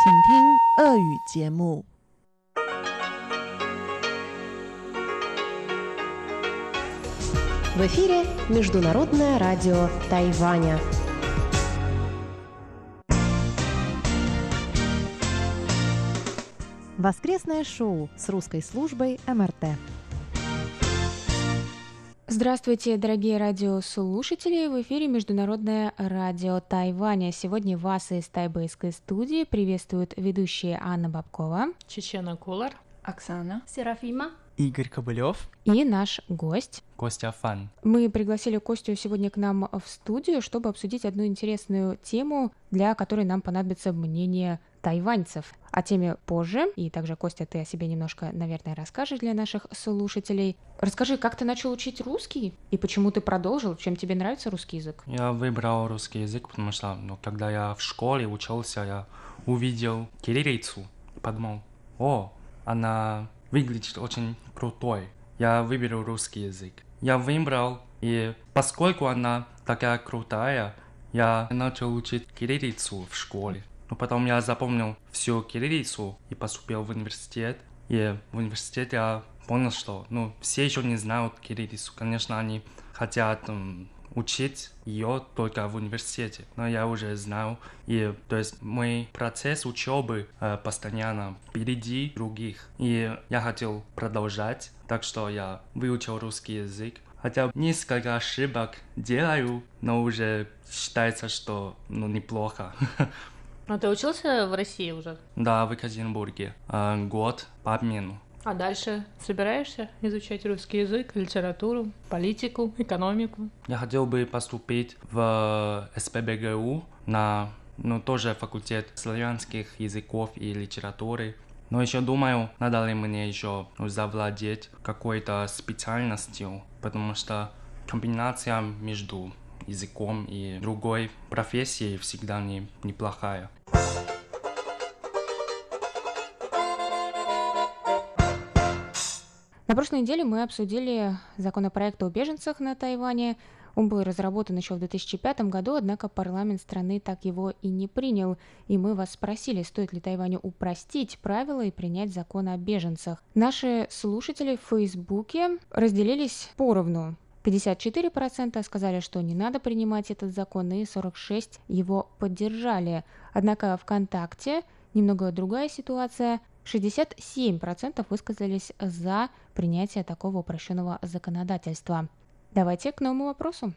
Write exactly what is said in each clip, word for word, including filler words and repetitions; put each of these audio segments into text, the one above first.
请听俄语节目。 В эфире Международное радио Тайваня. Воскресное шоу с русской службой эм эр тэ. Здравствуйте, дорогие радиослушатели! В эфире Международное радио Тайваня. Сегодня вас из тайбэйской студии приветствуют ведущие Анна Бабкова, Чечена Кулар, Оксана, Серафима, Игорь Кобылев и наш гость Костя Фан. Мы пригласили Костю сегодня к нам в студию, чтобы обсудить одну интересную тему, для которой нам понадобится мнение тайваньцев. О теме позже, и также, Костя, ты о себе немножко, наверное, расскажешь для наших слушателей. Расскажи, как ты начал учить русский, и почему ты продолжил, чем тебе нравится русский язык? Я выбрал русский язык, потому что, ну, когда я в школе учился, я увидел кириллицу и подумал, о, она выглядит очень крутой. Я выберу русский язык. Я выбрал, и поскольку она такая крутая, я начал учить кириллицу в школе. Но потом я запомнил всю кириллицу и поступил в университет. И в университете я понял, что ну, все еще не знают кириллицу. Конечно, они хотят um, учить ее только в университете. Но я уже знал. И то есть мой процесс учебы uh, постоянно впереди других. И я хотел продолжать. Так что я выучил русский язык. Хотя несколько ошибок делаю, но уже считается, что ну, неплохо. А ты учился в России уже? Да, в Екатеринбурге. Э, год по обмену. А дальше собираешься изучать русский язык, литературу, политику, экономику? Я хотел бы поступить в эс пэ бэ гэ у на ну, тоже факультет славянских языков и литературы. Но еще думаю, надо ли мне еще ну, завладеть какой-то специальностью, потому что комбинация между языком и другой профессией всегда не, неплохая. На прошлой неделе мы обсудили законопроект о беженцах на Тайване. Он был разработан еще в две тысячи пятом году, однако парламент страны так его и не принял. И мы вас спросили, стоит ли Тайваню упростить правила и принять закон о беженцах. Наши слушатели в Фейсбуке разделились поровну. пятьдесят четыре процента сказали, что не надо принимать этот закон, и сорок шесть процентов его поддержали. Однако ВКонтакте немного другая ситуация. шестьдесят семь процентов высказались за принятие такого упрощенного законодательства. Давайте к новому вопросу.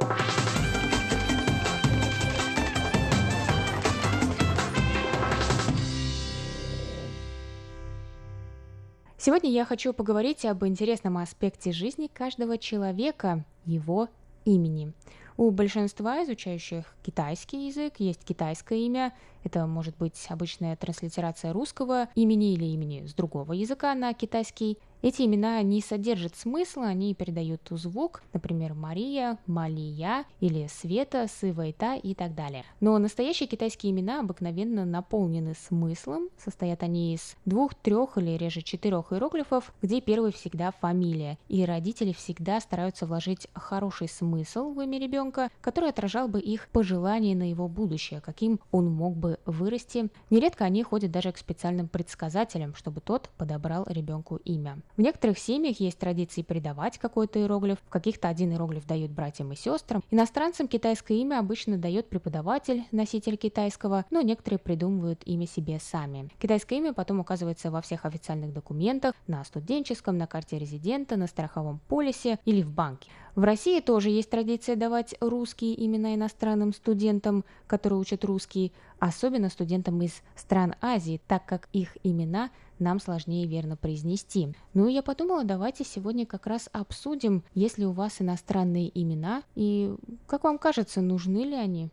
Сегодня я хочу поговорить об интересном аспекте жизни каждого человека, его имени. У большинства изучающих китайский язык есть китайское имя. Это может быть обычная транслитерация русского имени или имени с другого языка на китайский. Эти имена не содержат смысла, они передают звук, например, Мария, Малия или Света, Сывайта и так далее. Но настоящие китайские имена обыкновенно наполнены смыслом, состоят они из двух, трех или реже четырех иероглифов, где первый всегда фамилия, и родители всегда стараются вложить хороший смысл в имя ребенка, который отражал бы их пожелания на его будущее, каким он мог бы вырасти. Нередко они ходят даже к специальным предсказателям, чтобы тот подобрал ребенку имя. В некоторых семьях есть традиции передавать какой-то иероглиф, в каких-то один иероглиф дают братьям и сестрам. Иностранцам китайское имя обычно дает преподаватель, носитель китайского, но некоторые придумывают имя себе сами. Китайское имя потом указывается во всех официальных документах, на студенческом, на карте резидента, на страховом полисе или в банке. В России тоже есть традиция давать русские имена иностранным студентам, которые учат русский, особенно студентам из стран Азии, так как их имена нам сложнее верно произнести. Ну и я подумала, давайте сегодня как раз обсудим, есть ли у вас иностранные имена и, как вам кажется, нужны ли они?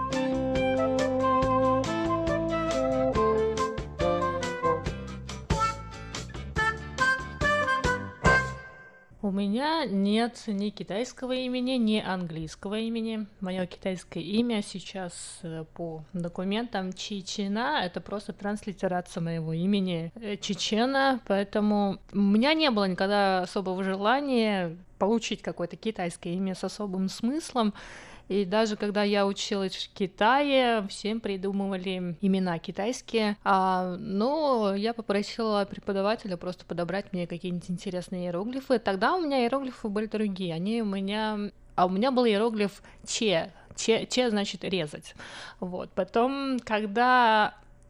У меня нет ни китайского имени, ни английского имени. Мое китайское имя сейчас по документам Чечена, это просто транслитерация моего имени Чечена, поэтому у меня не было никогда особого желания получить какое-то китайское имя с особым смыслом. И даже когда я училась в Китае, всем придумывали имена китайские. А, но я попросила преподавателя просто подобрать мне какие-нибудь интересные иероглифы. Тогда у меня иероглифы были другие. Они у меня... А у меня был иероглиф «че». «Че», «че» значит «резать». Вот. Потом, когда...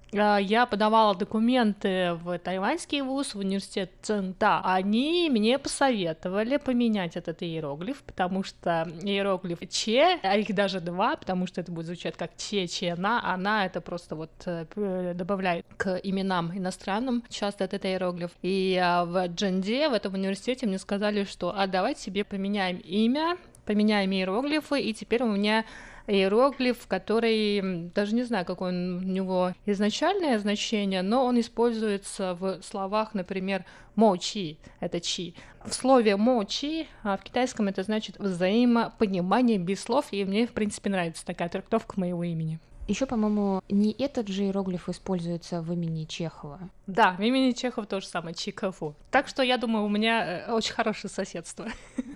я подавала документы в тайваньский вуз, в университет Цзэнда. Они мне посоветовали поменять этот иероглиф, потому что иероглиф «че», а их даже два, потому что это будет звучать как «че», «че», «на», а «на» — это просто вот добавляет к именам иностранным часто этот иероглиф. И в Джэнде, в этом университете, мне сказали, что «а давайте себе поменяем имя, поменяем иероглифы», и теперь у меня иероглиф, который, даже не знаю, какое у него изначальное значение, но он используется в словах, например, «мо-чи», это «чи». В слове «мо-чи» в китайском это значит «взаимопонимание без слов», и мне, в принципе, нравится такая трактовка моего имени. Еще, по-моему, не этот же иероглиф используется в имени Чехова. Да, в имени Чехова то же самое, Чикову. Так что я думаю, у меня очень хорошее соседство.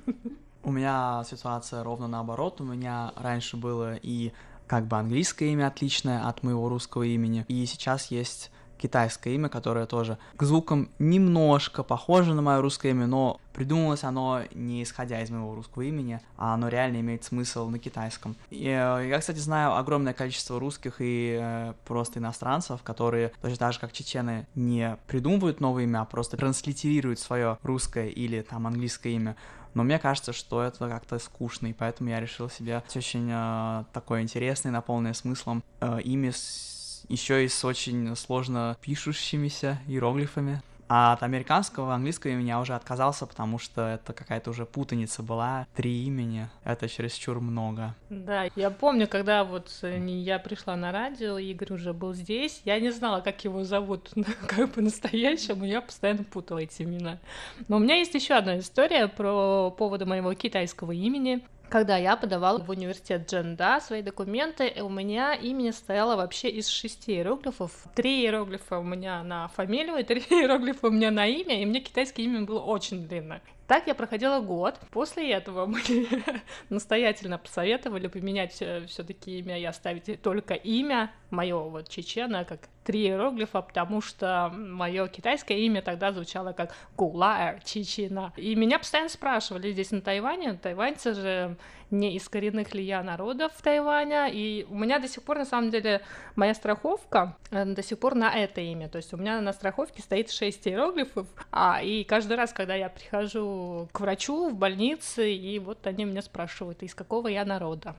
У меня ситуация ровно наоборот. У меня раньше было и как бы английское имя отличное от моего русского имени, и сейчас есть китайское имя, которое тоже к звукам немножко похоже на мое русское имя, но придумалось оно не исходя из моего русского имени, а оно реально имеет смысл на китайском. И, э, я, кстати, знаю огромное количество русских и э, просто иностранцев, которые точно так же, как чечены, не придумывают новое имя, а просто транслитерируют свое русское или там английское имя. Но мне кажется, что это как-то скучно, и поэтому я решил себе очень э, такое интересное, наполненное смыслом э, имя с, еще и с очень сложно пишущимися иероглифами. А от американского, английского имени я уже отказался, потому что это какая-то уже путаница была. Три имени — это чересчур много. Да, я помню, когда вот я пришла на радио, Игорь уже был здесь, я не знала, как его зовут как по-настоящему, я постоянно путала эти имена. Но у меня есть еще одна история про поводу моего китайского имени. Когда я подавала в университет Джэнда свои документы, у меня имя стояло вообще из шести иероглифов. Три иероглифа у меня на фамилию, и три иероглифа у меня на имя, и мне китайское имя было очень длинное. Так я проходила год. После этого мне настоятельно посоветовали поменять все-таки имя и оставить только имя мое, вот Чечена, как три иероглифа, потому что мое китайское имя тогда звучало как Гулаэр Чечена. И меня постоянно спрашивали здесь на Тайване, тайваньцы же, не из коренных ли я народов Тайваня, и у меня до сих пор, на самом деле, моя страховка до сих пор на это имя, то есть у меня на страховке стоит шесть иероглифов, а, и каждый раз, когда я прихожу к врачу в больнице, и вот они меня спрашивают, из какого я народа.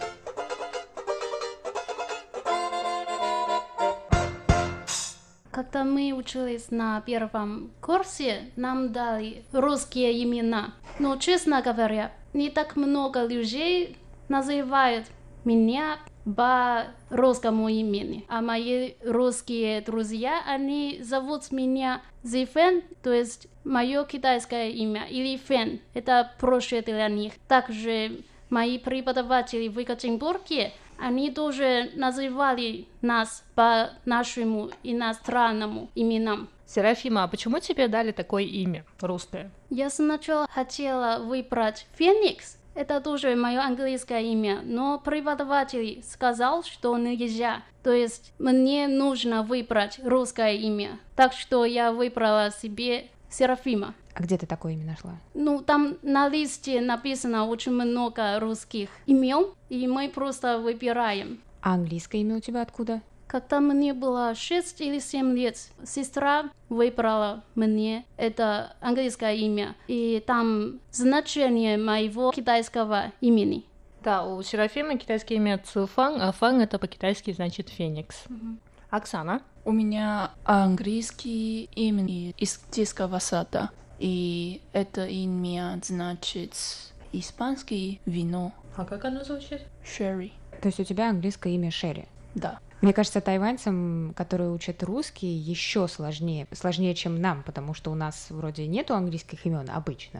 Когда мы учились на первом курсе, нам дали русские имена. Но, честно говоря, не так много людей называют меня по русскому имени. А мои русские друзья, они зовут меня Зифен, то есть мое китайское имя, или Фен. Это проще для них. Также мои преподаватели в Екатеринбурге, они тоже называли нас по нашему иностранному именам. Серафима, а почему тебе дали такое имя русское? Я сначала хотела выбрать Феникс. Это тоже мое английское имя, но преподаватель сказал, что нельзя. То есть мне нужно выбрать русское имя. Так что я выбрала себе Серафима. А где ты такое имя нашла? Ну, там на листе написано очень много русских имен, и мы просто выбираем. А английское имя у тебя откуда? Когда мне было шесть или семь лет, сестра выбрала мне это английское имя, и там значение моего китайского имени. Да, у Серафимы китайское имя Цифан, а Фан это по-китайски значит Феникс. Mm-hmm. Оксана? У меня английский имя из детского сада, и это имя значит испанский вино. А как оно звучит? Шерри. То есть у тебя английское имя Шерри? Да. Мне кажется, тайваньцам, которые учат русский, еще сложнее, сложнее, чем нам, потому что у нас вроде нету английских имен обычно,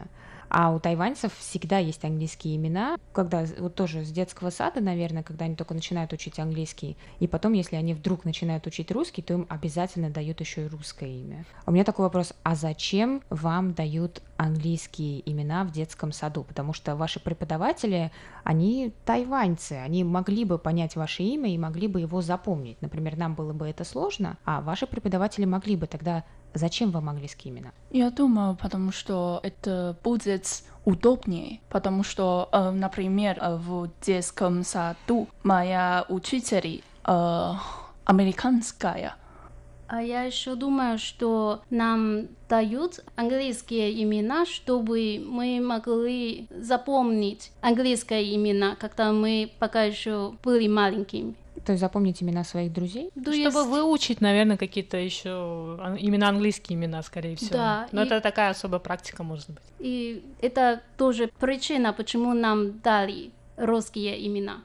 А у тайваньцев всегда есть английские имена, когда вот тоже с детского сада, наверное, когда они только начинают учить английский, и потом, если они вдруг начинают учить русский, то им обязательно дают еще и русское имя. У меня такой вопрос: а зачем вам дают английские имена в детском саду? Потому что ваши преподаватели, они тайваньцы, они могли бы понять ваше имя и могли бы его запомнить. Например, нам было бы это сложно, а ваши преподаватели могли бы. Тогда зачем вам английские имена? Я думаю, потому что это будет удобнее, потому что, э, например, э, в детском саду моя учитель э, американская. А я еще думаю, что нам дают английские имена, чтобы мы могли запомнить английские имена, когда мы пока еще были маленькими. То есть запомнить имена своих друзей? То Чтобы есть... выучить, наверное, какие-то еще именно английские имена, скорее всего. Да, Но и... это такая особая практика, может быть. И это тоже причина, почему нам дали русские имена.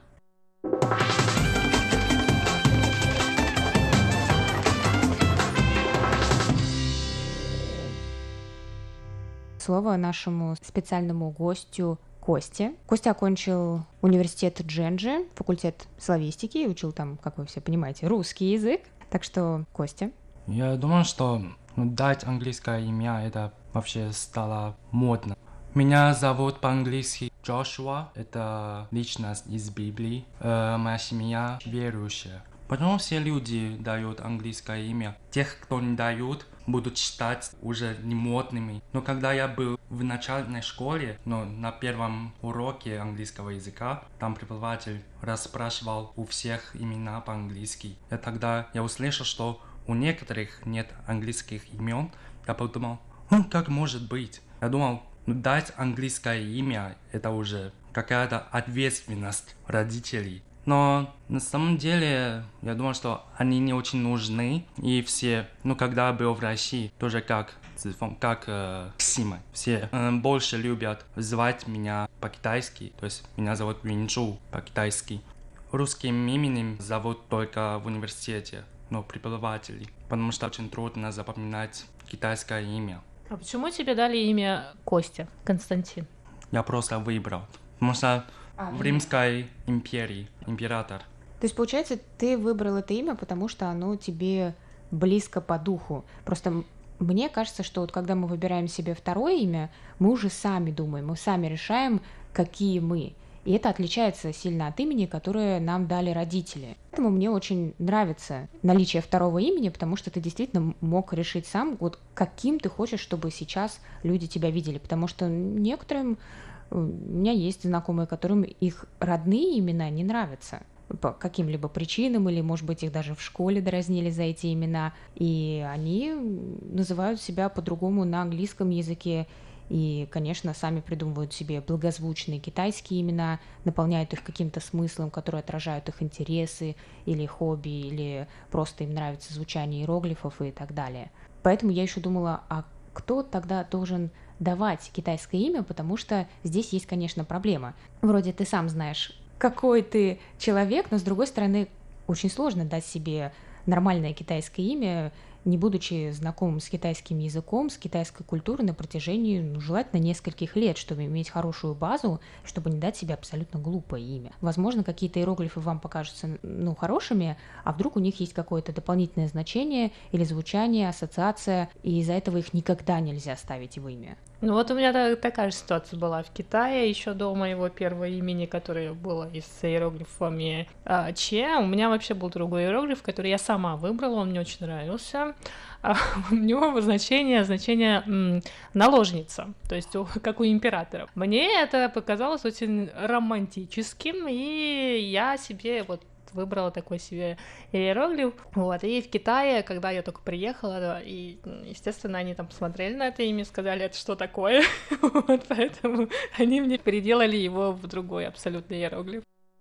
Слово нашему специальному гостю Косте. Костя окончил университет Дженджи, факультет славистики, и учил там, как вы все понимаете, русский язык. Так что, Костя. Я думаю, что ну, дать английское имя это вообще стало модно. Меня зовут по-английски Джошуа, это личность из Библии. Э, моя семья верующая. Почему все люди дают английское имя? Тех, кто не дают, будут считать уже не модными. Но когда я был в начальной школе, но на первом уроке английского языка, там преподаватель расспрашивал у всех имена по-английски. И тогда я услышал, что у некоторых нет английских имен. Я подумал, ну как может быть? Я думал, ну дать английское имя, это уже какая-то ответственность родителей. Но на самом деле, я думаю, что они не очень нужны. И все, ну, когда я был в России, тоже как Цзифон, как э, Сима, все э, больше любят звать меня по-китайски. То есть меня зовут Винчжу по-китайски. Русским именем зовут только в университете, но преподавателей. Потому что очень трудно запоминать китайское имя. А почему тебе дали имя Костя, Константин? Я просто выбрал. Потому что А, в Римской империи император. То есть, получается, ты выбрал это имя, потому что оно тебе близко по духу. Просто мне кажется, что вот когда мы выбираем себе второе имя, мы уже сами думаем, мы сами решаем, какие мы. И это отличается сильно от имени, которое нам дали родители. Поэтому мне очень нравится наличие второго имени, потому что ты действительно мог решить сам, вот каким ты хочешь, чтобы сейчас люди тебя видели. Потому что некоторым... У меня есть знакомые, которым их родные имена не нравятся по каким-либо причинам, или, может быть, их даже в школе дразнили за эти имена, и они называют себя по-другому на английском языке, и, конечно, сами придумывают себе благозвучные китайские имена, наполняют их каким-то смыслом, который отражают их интересы или хобби, или просто им нравится звучание иероглифов и так далее. Поэтому я еще думала, а кто тогда должен давать китайское имя, потому что здесь есть, конечно, проблема. Вроде ты сам знаешь, какой ты человек, но, с другой стороны, очень сложно дать себе нормальное китайское имя, не будучи знакомым с китайским языком, с китайской культурой на протяжении, ну, желательно, нескольких лет, чтобы иметь хорошую базу, чтобы не дать себе абсолютно глупое имя. Возможно, какие-то иероглифы вам покажутся, ну, хорошими, а вдруг у них есть какое-то дополнительное значение или звучание, ассоциация, и из-за этого их никогда нельзя ставить в имя. Ну вот у меня та- такая же ситуация была в Китае, еще до моего первого имени, которое было и с иероглифами а, Че. У меня вообще был другой иероглиф, который я сама выбрала, он мне очень нравился. А, у него значение, значение м, наложница, то есть у, как у императора. Мне это показалось очень романтическим, и я себе вот выбрала такой себе иероглиф. Вот. И в Китае, когда я только приехала, и, естественно, они там посмотрели на это имя и сказали, это что такое? Вот, поэтому они мне переделали его в другой абсолютно иероглиф.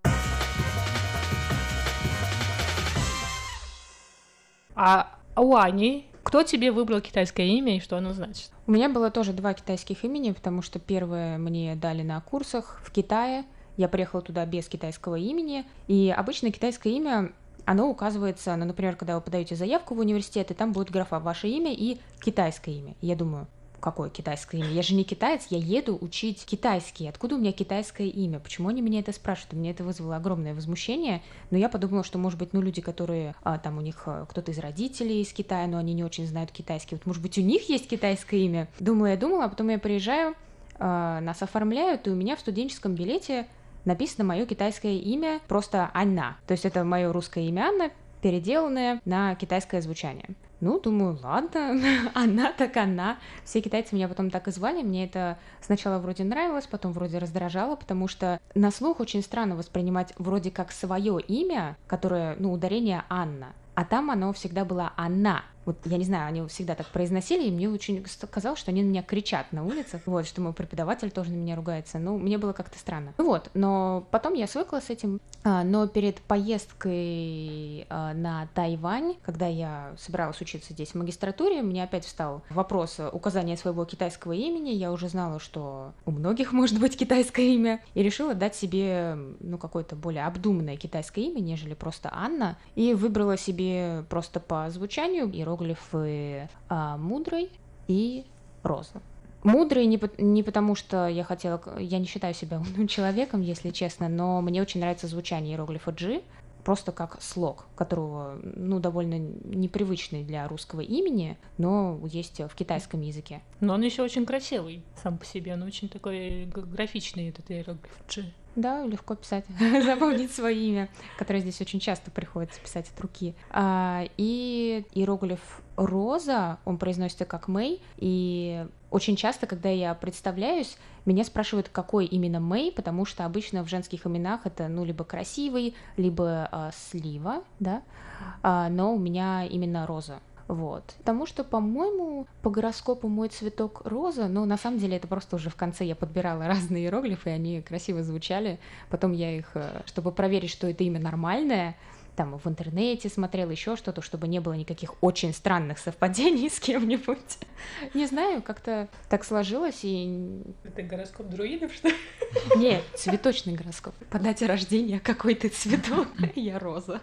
А у Ани, кто тебе выбрал китайское имя и что оно значит? У меня было тоже два китайских имени, потому что первое мне дали на курсах в Китае. Я приехала туда без китайского имени, и обычно китайское имя, оно указывается, ну, например, когда вы подаете заявку в университет, и там будет графа «Ваше имя» и «Китайское имя». И я думаю, какое китайское имя? Я же не китаец, я еду учить китайский. Откуда у меня китайское имя? Почему они меня это спрашивают? У меня это вызвало огромное возмущение, но я подумала, что, может быть, ну, люди, которые, а, там, у них кто-то из родителей из Китая, но они не очень знают китайский, вот, может быть, у них есть китайское имя? Думала, я думала, а потом я приезжаю, а, нас оформляют, и у меня в студенческом билете написано мое китайское имя, просто Анна. То есть это мое русское имя Анна, переделанное на китайское звучание. Ну, думаю, ладно, она так она. Все китайцы меня потом так и звали, мне это сначала вроде нравилось, потом вроде раздражало, потому что на слух очень странно воспринимать вроде как свое имя, которое, ну, ударение Анна, а там оно всегда было она. Вот я не знаю, они всегда так произносили, и мне очень казалось, что они на меня кричат на улицах, вот, что мой преподаватель тоже на меня ругается. Ну, мне было как-то странно. Ну вот, но потом я свыкла с этим. А, но перед поездкой а, на Тайвань, когда я собиралась учиться здесь в магистратуре, мне опять встал вопрос указания своего китайского имени. Я уже знала, что у многих может быть китайское имя, и решила дать себе, ну, какое-то более обдуманное китайское имя, нежели просто Анна, и выбрала себе просто по звучанию иероглифы а, «мудрый» и «роза». Мудрый не, по- не потому, что я хотела... Я не считаю себя умным человеком, если честно, но мне очень нравится звучание иероглифа «джи», просто как слог, которого, ну, довольно непривычный для русского имени, но есть в китайском языке. Но он еще очень красивый сам по себе, он очень такой графичный, этот иероглиф «джи». Да, легко писать, запомнить свое имя, которое здесь очень часто приходится писать от руки. А, и иероглиф «роза», он произносится как «Мэй», и очень часто, когда я представляюсь, меня спрашивают, какой именно Мэй, потому что обычно в женских именах это, ну, либо красивый, либо а, слива, да, а, но у меня именно «роза». Вот. Потому что, по-моему, по гороскопу мой цветок роза, но на самом деле это просто уже в конце я подбирала разные иероглифы, и они красиво звучали. Потом я их, чтобы проверить, что это имя нормальное, там в интернете смотрела еще что-то, чтобы не было никаких очень странных совпадений с кем-нибудь. Не знаю, как-то так сложилось, и... Это гороскоп друидов, что ли? Нет, цветочный гороскоп. По дате рождения какой ты цветок, я роза.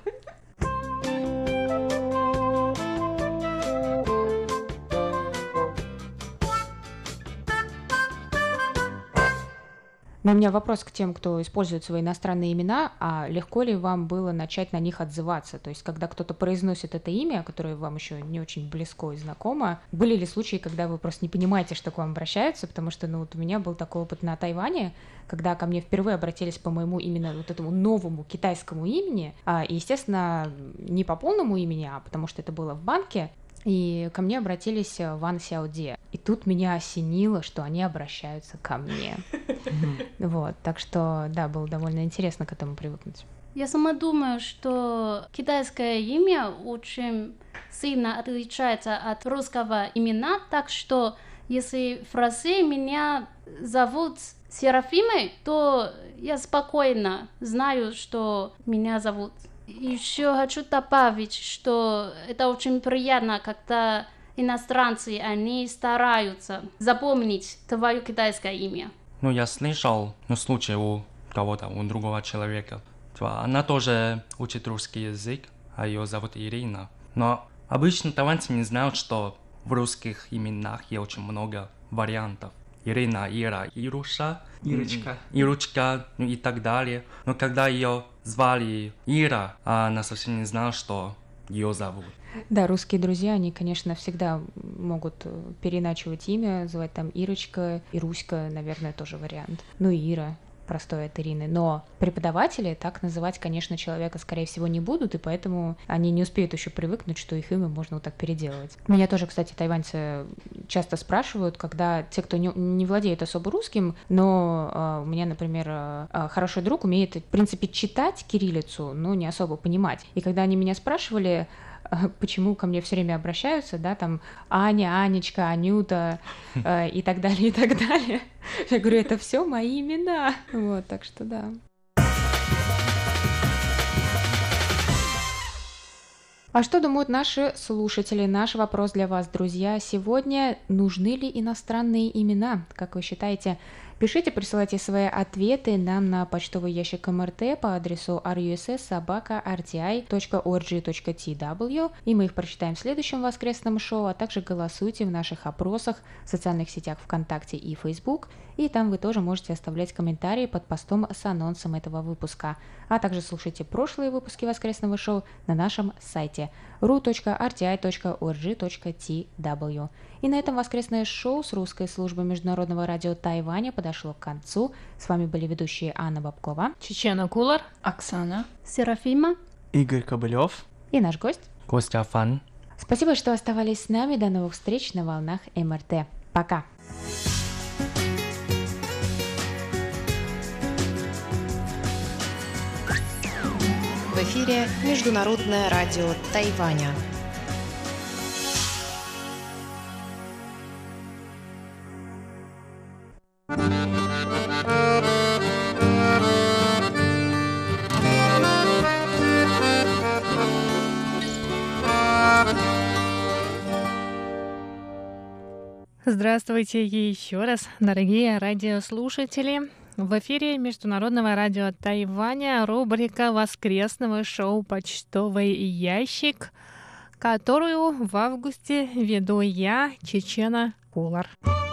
Но у меня вопрос к тем, кто использует свои иностранные имена, а легко ли вам было начать на них отзываться? То есть, когда кто-то произносит это имя, которое вам еще не очень близко и знакомо, были ли случаи, когда вы просто не понимаете, что к вам обращаются? Потому что, ну, вот у меня был такой опыт на Тайване, когда ко мне впервые обратились по моему именно вот этому новому китайскому имени, а, и, естественно, не по полному имени, а потому что это было в банке, и ко мне обратились Ван Сяоде. И тут меня осенило, что они обращаются ко мне. Вот, так что, да, было довольно интересно к этому привыкнуть. Я сама думаю, что китайское имя очень сильно отличается от русского имени, так что если в России меня зовут Серафимой, то я спокойно знаю, что меня зовут. Еще хочу добавить, что это очень приятно, когда иностранцы, они стараются запомнить твое китайское имя. Ну, я слышал, ну, случай у кого-то, у другого человека. Она тоже учит русский язык, а ее зовут Ирина. Но обычно тайваньцы не знают, что в русских именах есть очень много вариантов. Ирина, Ира, Ируша, Ирочка. Ирочка, ну и так далее. Но когда ее звали Ира, она совсем не знала, что ее зовут. Да, русские друзья, они, конечно, всегда могут переиначивать имя, звать там Ирочка, Ируська, наверное, тоже вариант. Ну и Ира, простой от Ирины. Но преподаватели так называть, конечно, человека, скорее всего, не будут, и поэтому они не успеют еще привыкнуть, что их имя можно вот так переделывать. Меня тоже, кстати, тайваньцы часто спрашивают, когда те, кто не, не владеет особо русским, но э, у меня, например, э, хороший друг умеет, в принципе, читать кириллицу, но не особо понимать. И когда они меня спрашивали, почему ко мне все время обращаются, да, там Аня, Анечка, Анюта э, и так далее, и так далее. Я говорю, это все мои имена. Вот, так что да. А что думают наши слушатели? Наш вопрос для вас, друзья, сегодня: нужны ли иностранные имена? Как вы считаете, Пишите, присылайте свои ответы нам на почтовый ящик эм эр тэ по адресу ар ю эс эс собака эр ти ай точка орг точка ти дабл ю, и мы их прочитаем в следующем воскресном шоу, а также голосуйте в наших опросах в социальных сетях ВКонтакте и Facebook, и там вы тоже можете оставлять комментарии под постом с анонсом этого выпуска, а также слушайте прошлые выпуски воскресного шоу на нашем сайте ру точка эр ти ай точка орг точка ти дабл ю. И на этом воскресное шоу с русской службы Международного радио Тайваня подошло к концу. С вами были ведущие Анна Бабкова, Чечена Кулар, Оксана, Серафима, Игорь Кобылев и наш гость. Костя Фан. Спасибо, что оставались с нами. До новых встреч на волнах эм эр тэ. Пока! В эфире Международное радио Тайваня. Здравствуйте еще раз, дорогие радиослушатели. В эфире Международного радио Тайваня рубрика воскресного шоу «Почтовый ящик», которую в августе веду я, Чечена Кулар.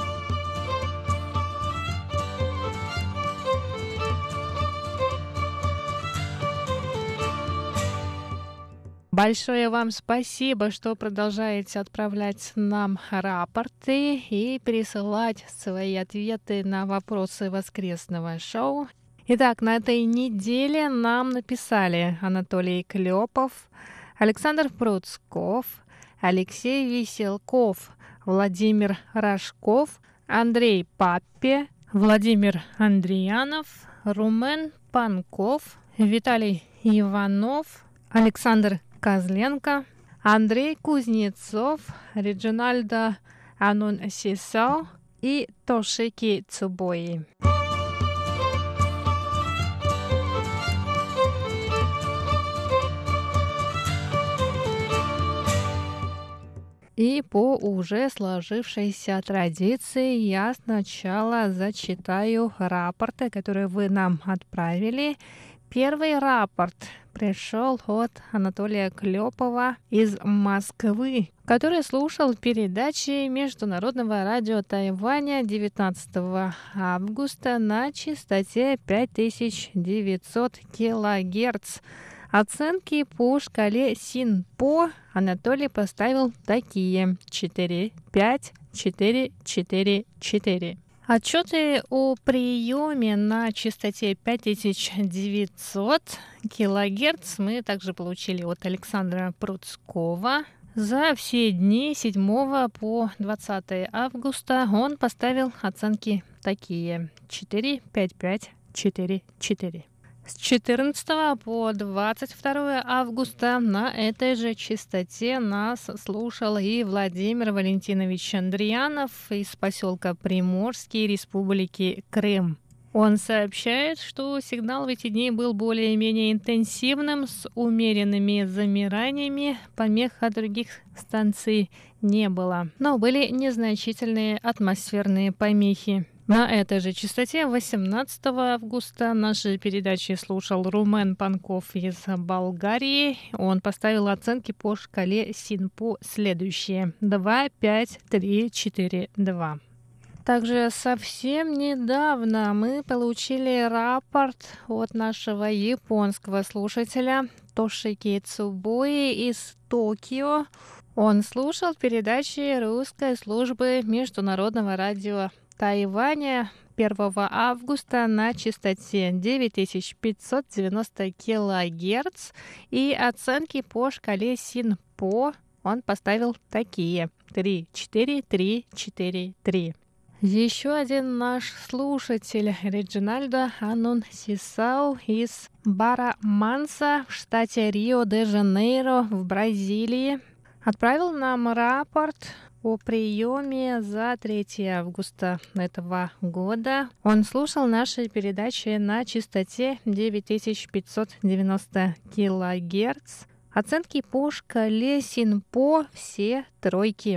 Большое вам спасибо, что продолжаете отправлять нам рапорты и присылать свои ответы на вопросы воскресного шоу. Итак, на этой неделе нам написали Анатолий Клепов, Александр Пруцков, Алексей Веселков, Владимир Рожков, Андрей Паппе, Владимир Андриянов, Румен Панков, Виталий Иванов, Александр Козленко, Андрей Кузнецов, Реджинальдо Анунсисао и Тошики Цубои. И по уже сложившейся традиции я сначала зачитаю рапорты, которые вы нам отправили. Первый рапорт пришел от Анатолия Клепова из Москвы, который слушал передачи Международного радио Тайваня девятнадцатого августа на частоте пять тысяч девятьсот килогерц. Оценки по шкале Синпо Анатолий поставил такие: четыре, пять, четыре, четыре, четыре. Отчеты о приеме на частоте пять тысяч девятьсот килогерц мы также получили от Александра Пруцкова. За все дни с седьмого по двадцатое августа он поставил оценки такие: четыре, пять, пять, четыре, четыре. С четырнадцатого по двадцать второе августа на этой же частоте нас слушал и Владимир Валентинович Андриянов из поселка Приморский, Республики Крым. Он сообщает, что сигнал в эти дни был более-менее интенсивным, с умеренными замираниями, помех от других станций не было, но были незначительные атмосферные помехи. На этой же частоте восемнадцатого августа наши передачи слушал Румен Панков из Болгарии. Он поставил оценки по шкале Синпо следующие: два, пять, три, четыре, два. Также совсем недавно мы получили рапорт от нашего японского слушателя Тошики Цубои из Токио. Он слушал передачи русской службы Международного радио Тайваня первого августа на частоте девять тысяч пятьсот девяносто килогерц, и оценки по шкале Синпо он поставил такие: три, четыре, три, четыре, три. Еще один наш слушатель, Реджинальдо Анунсисао из Бара-Манса в штате Рио-де-Жанейро в Бразилии, отправил нам рапорт о приеме за третьего августа этого года. Он слушал наши передачи на частоте девять тысяч пятьсот девяносто килогерц. Оценки по шкале Синпо все тройки.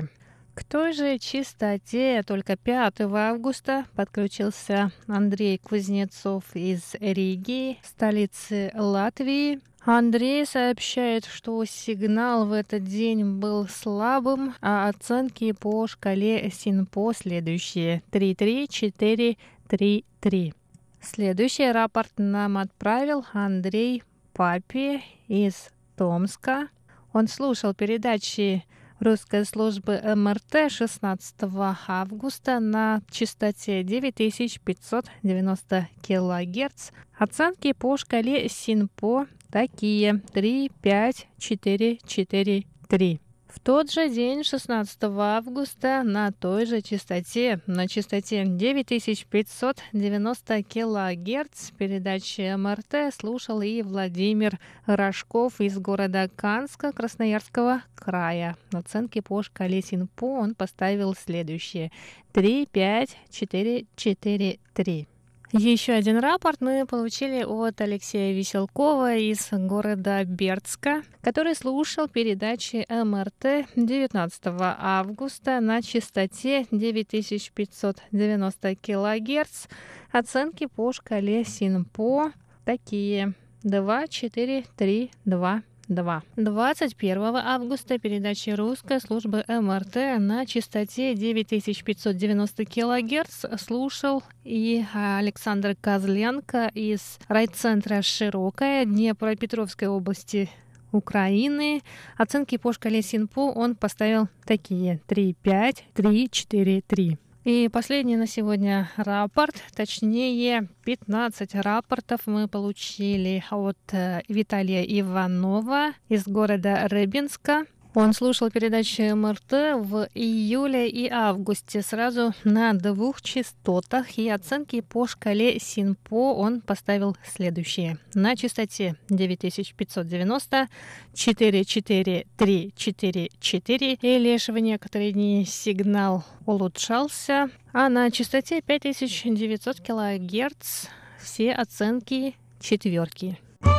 К той же чистоте только пятого августа подключился Андрей Кузнецов из Риги, столицы Латвии. Андрей сообщает, что сигнал в этот день был слабым, а оценки по шкале СИНПО следующие: три три четыре три три. Следующий рапорт нам отправил Андрей Папи из Томска. Он слушал передачи русской службы МРТ шестнадцатого августа на частоте девять тысяч пятьсот девяносто килогерц. Оценки по шкале СИНПО такие: три пять четыре четыре три. В тот же день, шестнадцатого августа, на той же частоте, на частоте девять тысяч пятьсот девяносто килогерц передачи МРТ слушал и Владимир Рожков из города Канска Красноярского края. Оценки по шкале СИНПО он поставил следующие: три пять четыре четыре три. Еще один рапорт мы получили от Алексея Веселкова из города Бердска, который слушал передачи МРТ девятнадцатого августа на частоте девять тысяч пятьсот девяносто килогерц. Оценки по шкале СИНПО такие: два четыре три два два. двадцать первого августа передачи русской службы МРТ на частоте девять тысяч пятьсот девяносто килогерц слушал и Александр Козленко из райцентра Широкая Днепропетровской области Украины. Оценки по шкале СИНПО он поставил такие: три пять три четыре три. И последний на сегодня рапорт, точнее пятнадцать рапортов мы получили от Виталия Иванова из города Рыбинска. Он слушал передачи МРТ в июле и августе сразу на двух частотах, и оценки по шкале СИНПО он поставил следующие: на частоте девять тысяч пятьсот девяносто четыре четыре три четыре четыре, и лишь в некоторые дни сигнал улучшался, а на частоте пять тысяч девятьсот килогерц все оценки четверки.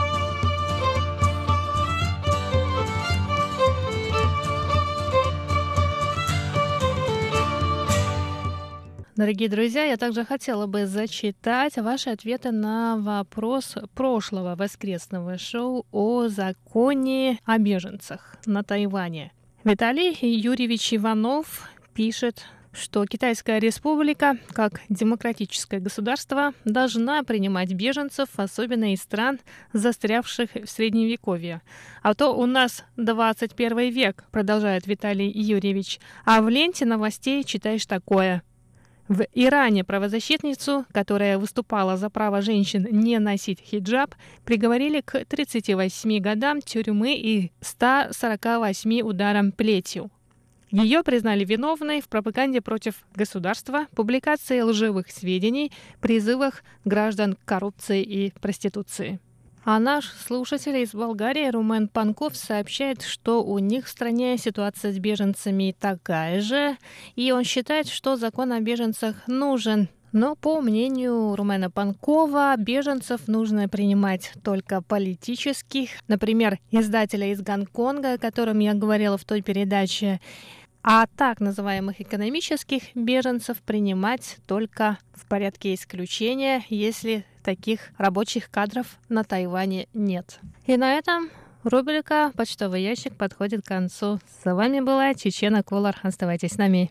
Дорогие друзья, я также хотела бы зачитать ваши ответы на вопрос прошлого воскресного шоу о законе о беженцах на Тайване. Виталий Юрьевич Иванов пишет, что Китайская республика, как демократическое государство, должна принимать беженцев, особенно из стран, застрявших в Средневековье. А то у нас двадцать первый век, продолжает Виталий Юрьевич, а в ленте новостей читаешь такое. В Иране правозащитницу, которая выступала за право женщин не носить хиджаб, приговорили к тридцати восьми годам тюрьмы и ста сорока восьми ударам плетью. Ее признали виновной в пропаганде против государства, публикации лживых сведений, призывах граждан к коррупции и проституции. А наш слушатель из Болгарии Румен Панков сообщает, что у них в стране ситуация с беженцами такая же, и он считает, что закон о беженцах нужен. Но, по мнению Румена Панкова, беженцев нужно принимать только политических, например, издателя из Гонконга, о котором я говорила в той передаче, а так называемых экономических беженцев принимать только в порядке исключения, если таких рабочих кадров на Тайване нет. И на этом рубрика «Почтовый ящик» подходит к концу. С вами была Чечена Колор. Оставайтесь с нами.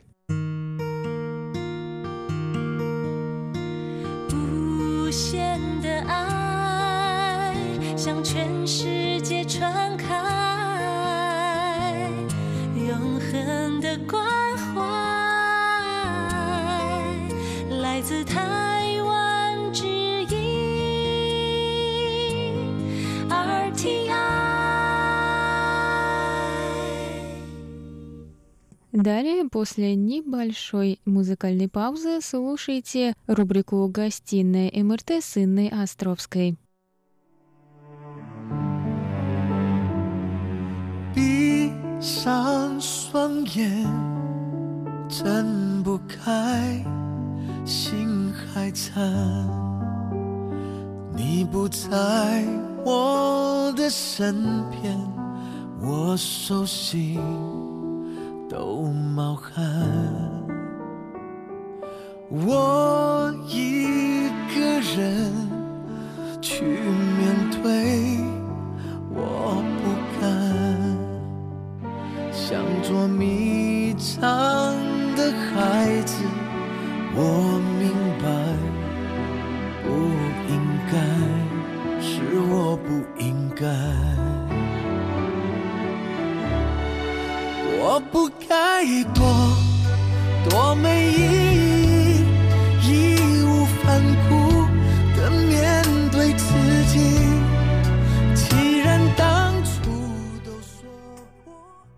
自台湾之音 эр ти ай。 Далее, после небольшой музыкальной паузы, слушайте рубрику «Гостиная МРТ» с Инной Островской. 闭上双眼，睁不开，心还残。你不在我的身边，我手心都冒汗。我一个人去面对，我不敢像捉迷藏的孩子。我明白，不应该，是我不应该，我不该多多没意义，义无反顾地面对自己。既然当初都说过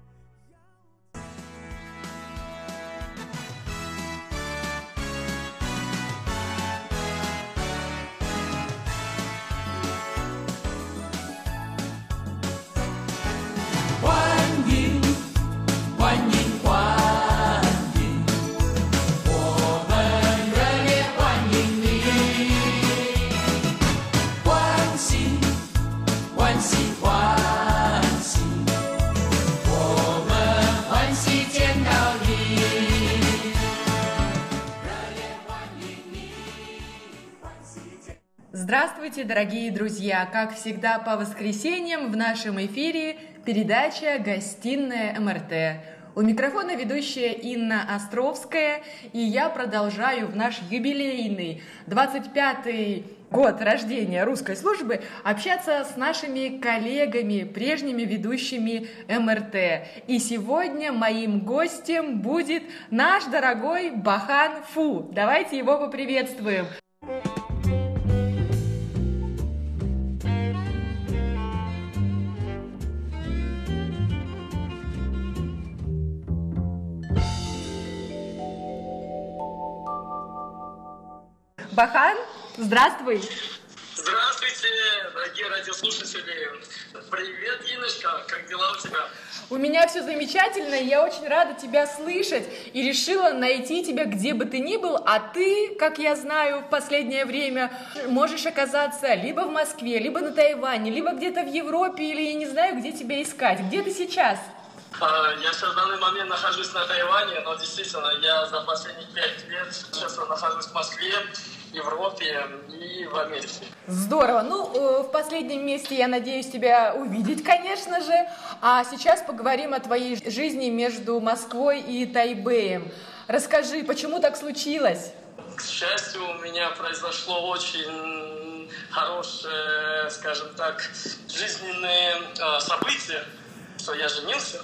Здравствуйте, дорогие друзья! Как всегда, по воскресеньям в нашем эфире передача «Гостиная МРТ». У микрофона ведущая Инна Островская, и я продолжаю в наш юбилейный двадцать пятый год рождения русской службы общаться с нашими коллегами, прежними ведущими МРТ. И сегодня моим гостем будет наш дорогой Бахан Фу. Давайте его поприветствуем. Бахан, здравствуй! Здравствуйте, дорогие радиослушатели! Привет, Инночка, как дела у тебя? У меня все замечательно, я очень рада тебя слышать и решила найти тебя где бы ты ни был, а ты, как я знаю, в последнее время можешь оказаться либо в Москве, либо на Тайване, либо где-то в Европе, или я не знаю, где тебя искать. Где ты сейчас? Я сейчас в данный момент нахожусь на Тайване, но действительно я за последние пять лет сейчас нахожусь в Москве, Европе и в Америке. Здорово. Ну, в последнем месте я надеюсь тебя увидеть, конечно же. А сейчас поговорим о твоей жизни между Москвой и Тайбэем. Расскажи, почему так случилось? К счастью, у меня произошло очень хорошее, скажем так, жизненное событие, что я женился,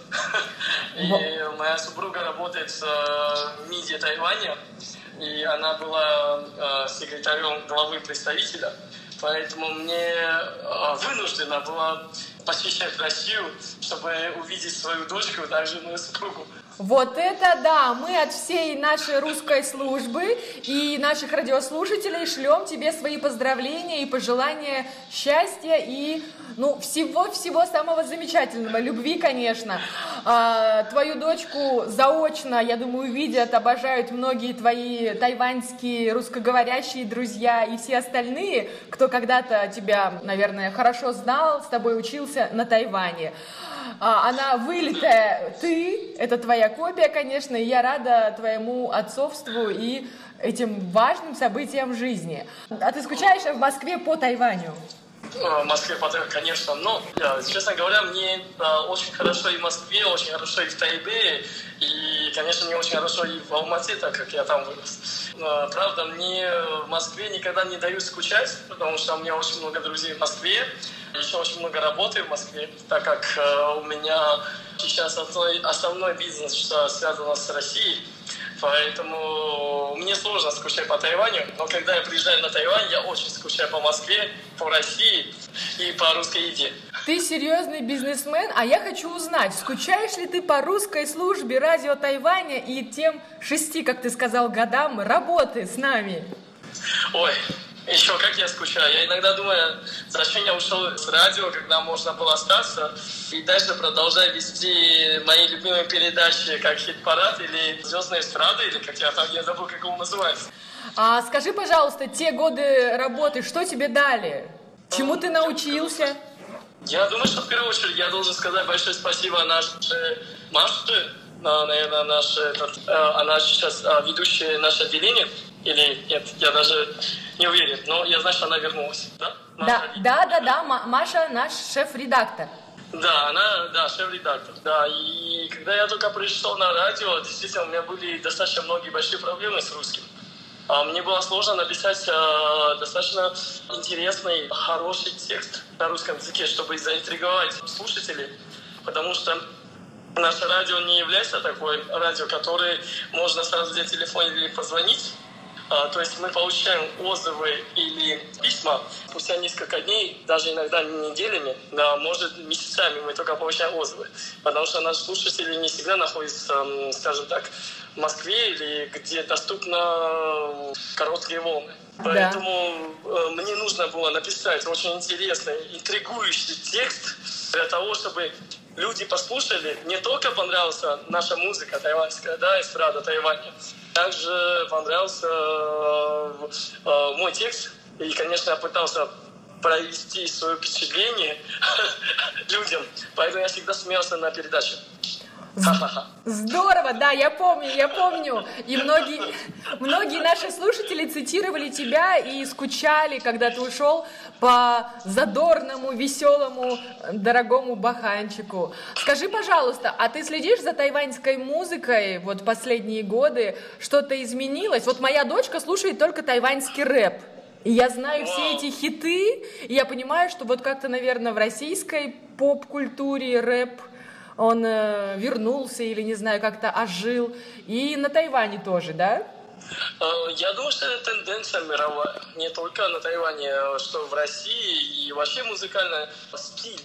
и моя супруга работает в МИДе Тайваня, и она была э, секретарем главы представителя, поэтому мне э, вынуждена была посещать Россию, чтобы увидеть свою дочку, также мою супругу. Вот это да! Мы от всей нашей русской службы и наших радиослушателей шлем тебе свои поздравления и пожелания счастья и ну, всего-всего самого замечательного. Любви, конечно. А, твою дочку заочно, я думаю, увидят, обожают многие твои тайваньские русскоговорящие друзья и все остальные, кто когда-то тебя, наверное, хорошо знал, с тобой учился на Тайване. Она вылитая ты, это твоя копия, конечно, и я рада твоему отцовству и этим важным событиям в жизни. А ты скучаешь в Москве по Тайваню? В Москве, конечно, но, честно говоря, мне очень хорошо и в Москве, очень хорошо и в Тайбэе, и, конечно, мне очень хорошо и в Алмате, так как я там вырос. Правда, мне в Москве никогда не дают скучать, потому что у меня очень много друзей в Москве, еще очень много работы в Москве, так как у меня сейчас основной, основной бизнес, что связано с Россией. Поэтому мне сложно скучать по Тайваню, но когда я приезжаю на Тайвань, я очень скучаю по Москве, по России и по русской еде. Ты серьезный бизнесмен, а я хочу узнать, скучаешь ли ты по русской службе радио Тайваня и тем шести, как ты сказал, годам работы с нами? Ой, еще как я скучаю. Я иногда думаю, зачем я ушел с радио, когда можно было остаться и дальше продолжать вести мои любимые передачи, как «Хит-парад» или «Звездная эстрада», или как я там, я забыл, как его называется. А скажи, пожалуйста, те годы работы, что тебе дали? Чему ты научился? Я думаю, что в первую очередь я должен сказать большое спасибо нашей Маше, наверное, наш, этот, она сейчас ведущая наше отделение, или нет, я даже не уверен, но я знаю, что она вернулась, да? Да, да, да, да, Маша наш шеф-редактор. Да, она, да, шеф-редактор, да, и когда я только пришел на радио, действительно, у меня были достаточно многие большие проблемы с русским. Мне было сложно написать э, достаточно интересный, хороший текст на русском языке, чтобы заинтриговать слушателей, потому что наше радио не является такой радио, которое можно сразу взять телефон или позвонить. А, то есть мы получаем отзывы или письма спустя несколько дней, даже иногда неделями, да, может месяцами мы только получаем отзывы, потому что наши слушатели не всегда находятся, скажем так, в Москве или где доступны короткие волны. Да. Поэтому э, мне нужно было написать очень интересный, интригующий текст для того, чтобы люди послушали, не только понравилась наша музыка тайваньская, да, эстрада Тайваня, также понравился э, э, мой текст. И, конечно, я пытался провести свое впечатление людям, поэтому я всегда смеялся на передаче. Здорово, да, я помню, я помню. И многие, многие наши слушатели цитировали тебя и скучали, когда ты ушел по задорному, веселому, дорогому баханчику. Скажи, пожалуйста, а ты следишь за тайваньской музыкой вот последние годы? Что-то изменилось? Вот моя дочка слушает только тайваньский рэп. И я знаю все эти хиты, и я понимаю, что вот как-то, наверное, в российской поп-культуре рэп он э, вернулся или, не знаю, как-то ожил. И на Тайване тоже, да? Я думаю, что это тенденция мировая. Не только на Тайване, что в России. И вообще музыкальный стиль.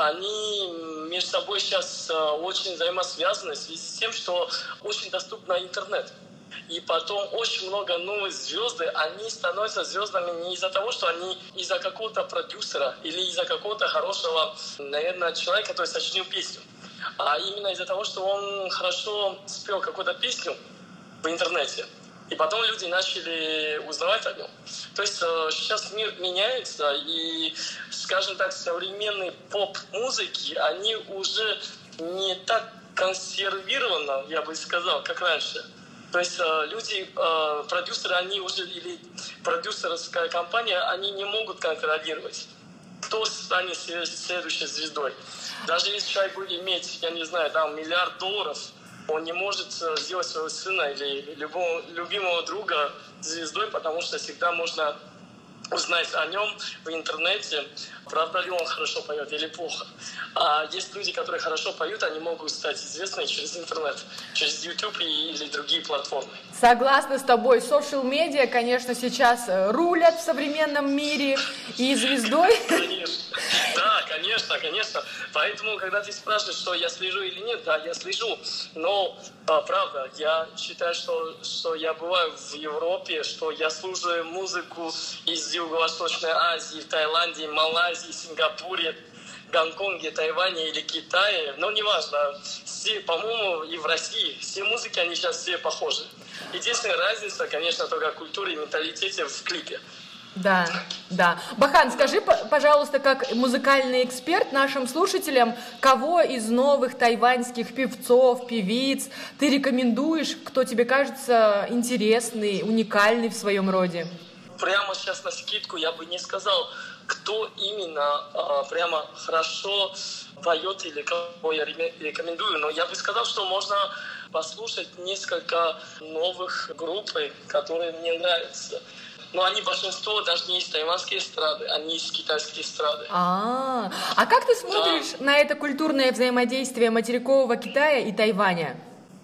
Они между собой сейчас очень взаимосвязаны в связи с тем, что очень доступен интернет. И потом очень много новых звезд, они становятся звездами не из-за того, что они из-за какого-то продюсера или из-за какого-то хорошего, наверное, человека, который сочинил песню. А именно из-за того, что он хорошо спел какую-то песню в интернете. И потом люди начали узнавать о нем. То есть сейчас мир меняется, и, скажем так, современные поп-музыки, они уже не так консервированы, я бы сказал, как раньше. То есть люди, продюсеры, они уже, или продюсерская компания, они не могут контролировать, кто станет следующей звездой. Даже если человек будет иметь, я не знаю, там миллиард долларов, он не может сделать своего сына или любого, любимого друга звездой, потому что всегда можно узнать о нем в интернете, правда ли он хорошо поет или плохо. А есть люди, которые хорошо поют, они могут стать известны через интернет, через YouTube или другие платформы. Согласна с тобой. Социал-медиа, конечно, сейчас рулят в современном мире, и звездой... Конечно. Да, конечно, конечно. Поэтому, когда ты спрашиваешь, что я слежу или нет, да, я слежу. Но, а, правда, я считаю, что, что я бываю в Европе, что я слушаю музыку из Юго-Восточной Азии, в Таиланде, Малайзии, Сингапуре, Гонконге, Тайване или Китае. Но неважно. Все, по-моему, и в России все музыки, они сейчас все похожи. Единственная разница, конечно, только в культуре и менталитете в клипе. Да, да. Бахан, скажи, пожалуйста, как музыкальный эксперт нашим слушателям, кого из новых тайваньских певцов, певиц ты рекомендуешь, кто тебе кажется интересный, уникальный в своем роде? Прямо сейчас на скидку я бы не сказал, кто именно а, прямо хорошо поет или кого я рекомендую, но я бы сказал, что можно послушать несколько новых групп, которые мне нравятся. Но они большинство даже не из тайваньской эстрады, они из китайской эстрады. А, а как ты смотришь да. на это культурное взаимодействие материкового Китая и Тайваня?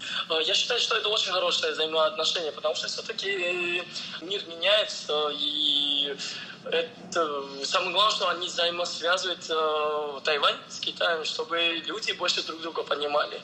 Я считаю, что это очень хорошее взаимоотношение, потому что все-таки мир меняется, и это самое главное, что они взаимосвязывают э, Тайвань с Китаем, чтобы люди больше друг друга понимали.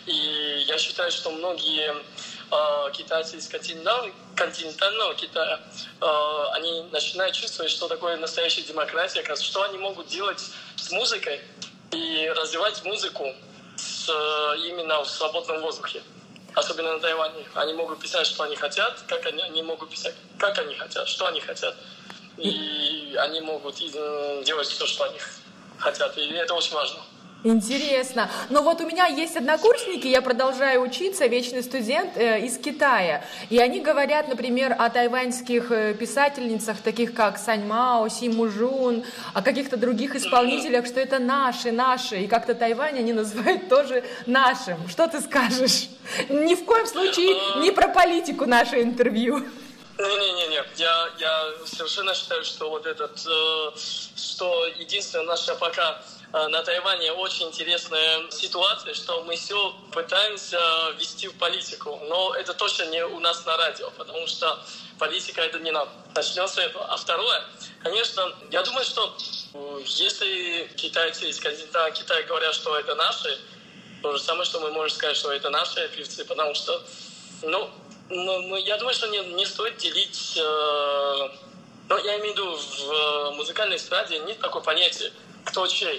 И я считаю, что многие э, китайцы из континентального, континентального Китая, э, они начинают чувствовать, что такое настоящая демократия, что они могут делать с музыкой и развивать музыку с, именно в свободном воздухе. Особенно на Тайване. Они могут писать, что они хотят, как они, они могут писать, как они хотят, что они хотят. И они могут делать все, что они хотят. И это очень важно. Интересно. Но вот у меня есть однокурсники, я продолжаю учиться, вечный студент э, из Китая. И они говорят, например, о тайваньских э, писательницах, таких как Сань Мао, Си Мужун, о каких-то других исполнителях, что это наши, наши. И как-то Тайвань они называют тоже нашим. Что ты скажешь? Ни в коем случае не про политику наше интервью. Не-не-не, я, я совершенно считаю, что вот этот, э, что единственное наше пока э, на Тайване очень интересная ситуация, что мы все пытаемся вести в политику, но это точно не у нас на радио, потому что политика это не нам. Начнем с этого. А второе, конечно, я думаю, что э, если китайцы из континента Китая говорят, что это наши, то же самое, что мы можем сказать, что это наши певцы, потому что, ну, Ну, ну, я думаю, что не, не стоит делить... Э, ну, я имею в виду, в музыкальной эстраде нет такого понятия, кто чей.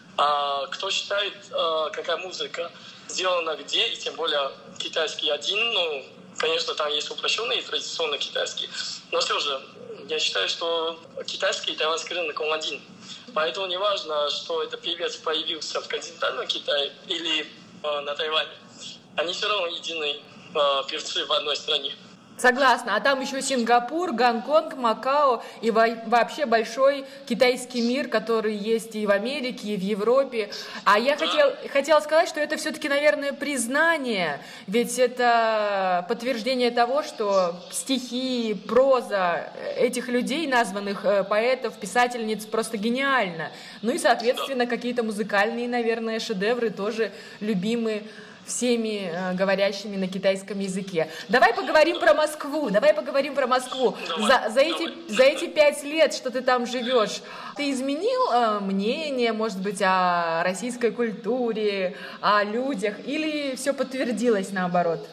А кто считает, э, какая музыка сделана где, и тем более китайский один, ну, конечно, там есть упрощенный и традиционный китайский. Но все же, я считаю, что китайский и тайваньский рынок он один. Поэтому не важно, что этот певец появился в континентальном Китае или э, на Тайване. Они все равно единые певцы в одной стране. Согласна. А там еще Сингапур, Гонконг, Макао и во- вообще большой китайский мир, который есть и в Америке, и в Европе. А я хотел, хотела сказать, что это все-таки, наверное, признание, ведь это подтверждение того, что стихи, проза этих людей, названных поэтов, писательниц, просто гениально. Ну и, соответственно, какие-то музыкальные, наверное, шедевры тоже любимы всеми э, говорящими на китайском языке. Давай поговорим про Москву. Давай поговорим про Москву. За, за, эти, за эти пять лет, что ты там живешь, ты изменил э, мнение, может быть, о российской культуре, о людях, или все подтвердилось наоборот?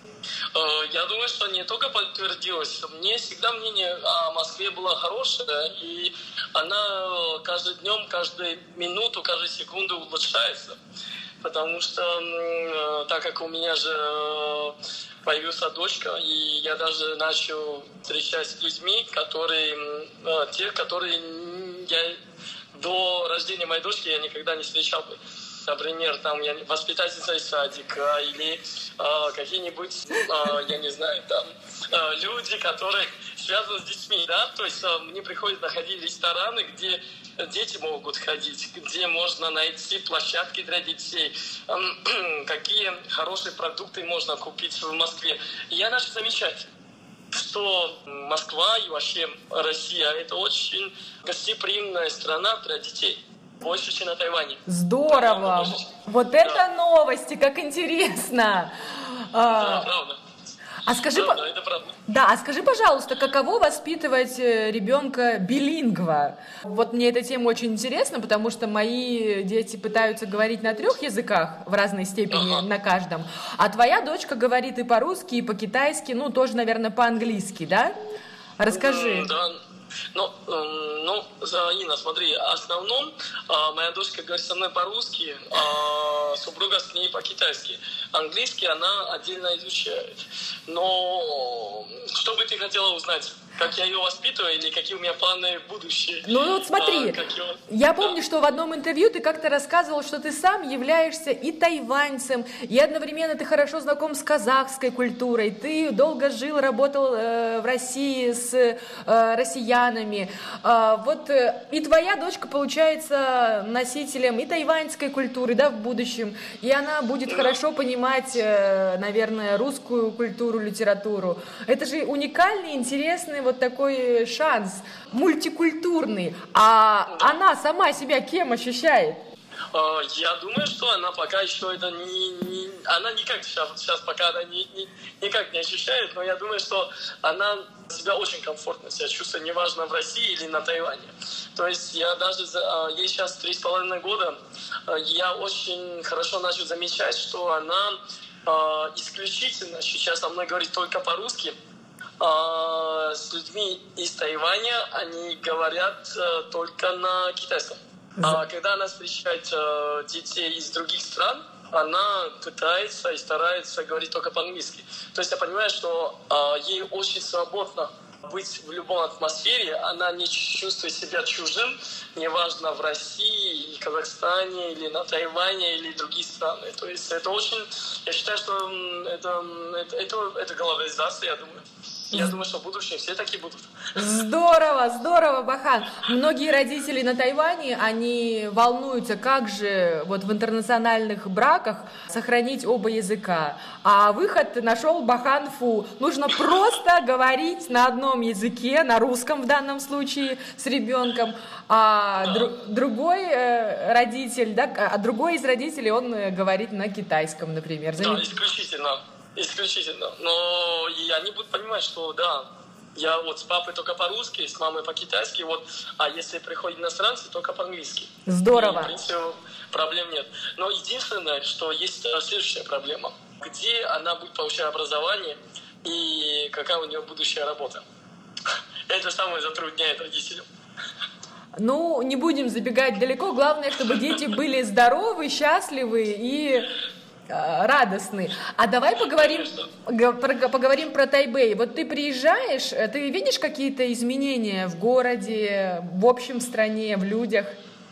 Я думаю, что не только подтвердилось. Мне всегда мнение о Москве было хорошее, и она каждым днем, каждую минуту, каждую секунду улучшается. Потому что, так как у меня же появилась дочка, и я даже начал встречаться с людьми, которые, те, которые я до рождения моей дочки я никогда не встречал бы. Например, там я воспитательница из садика или э, какие-нибудь, э, я не знаю, там э, люди, которые связаны с детьми, да, то есть э, мне приходится находить рестораны, где дети могут ходить, где можно найти площадки для детей, э, какие хорошие продукты можно купить в Москве. И я начал замечать, что Москва и вообще Россия – это очень гостеприимная страна для детей. Больше, чем на Тайване. Здорово! Вот это да. Новости, как интересно! Да, а, правда. А скажи, правда, это правда. Да, а скажи, пожалуйста, каково воспитывать ребенка билингва? Вот мне эта тема очень интересна, потому что мои дети пытаются говорить на трех языках в разной степени, ага. на каждом. А твоя дочка говорит и по-русски, и по-китайски, ну, тоже, наверное, по-английски, да? Расскажи. Да. Ну, ну, Инна, смотри, в основном моя дочка говорит со мной по-русски, а супруга с ней по-китайски. Английский она отдельно изучает. Но что бы ты хотела узнать? Как я ее воспитываю или какие у меня планы в будущее? Ну вот смотри, а, я... я помню, да. что в одном интервью ты как-то рассказывал, что ты сам являешься и тайваньцем, и одновременно ты хорошо знаком с казахской культурой, ты долго жил, работал э, в России с э, россиянами. Э, вот э, и твоя дочка получается носителем и тайваньской культуры, да, в будущем, и она будет да. хорошо понимать, э, наверное, русскую культуру, литературу. Это же уникальный, интересный вот такой шанс, мультикультурный. А да. она сама себя кем ощущает? Я думаю, что она пока еще это не... не она никак сейчас, сейчас пока она не, не, никак не ощущает, но я думаю, что она себя очень комфортно себя чувствует, неважно в России или на Тайване. То есть я даже... Ей сейчас три с половиной года, я очень хорошо начал замечать, что она исключительно сейчас со мной говорит только по-русски. С людьми из Тайваня они говорят только на китайском. А когда она встречает детей из других стран, она пытается и старается говорить только по-английски. То есть я понимаю, что ей очень свободно быть в любой атмосфере, она не чувствует себя чужим, неважно в России, Казахстане, или на Тайване, или другие страны. То есть это очень, я считаю, что это, это, это, это глобализация, я думаю. Я думаю, что в будущем все такие будут. Здорово, здорово, Бахан. Многие родители на Тайване, они волнуются, как же вот в интернациональных браках сохранить оба языка. А выход нашел Бахан Фу. Нужно просто говорить на одном языке, на русском в данном случае, с ребенком. А да. дру- другой э, родитель, да, а другой из родителей, он э, говорит на китайском, например. Замет... Да, исключительно. Исключительно. Но и они будут понимать, что да, я вот с папой только по-русски, с мамой по-китайски, вот, а если приходят иностранцы, только по-английски. Здорово. И, в принципе, проблем нет. Но единственное, что есть следующая проблема. Где она будет получать образование и какая у нее будущая работа. Это самое затрудняет родителям. Ну, не будем забегать далеко. Главное, чтобы дети были здоровы, счастливы и радостны. А давай поговорим, поговорим про Тайбэй. Вот ты приезжаешь, ты видишь какие-то изменения в городе, в общем стране, в людях?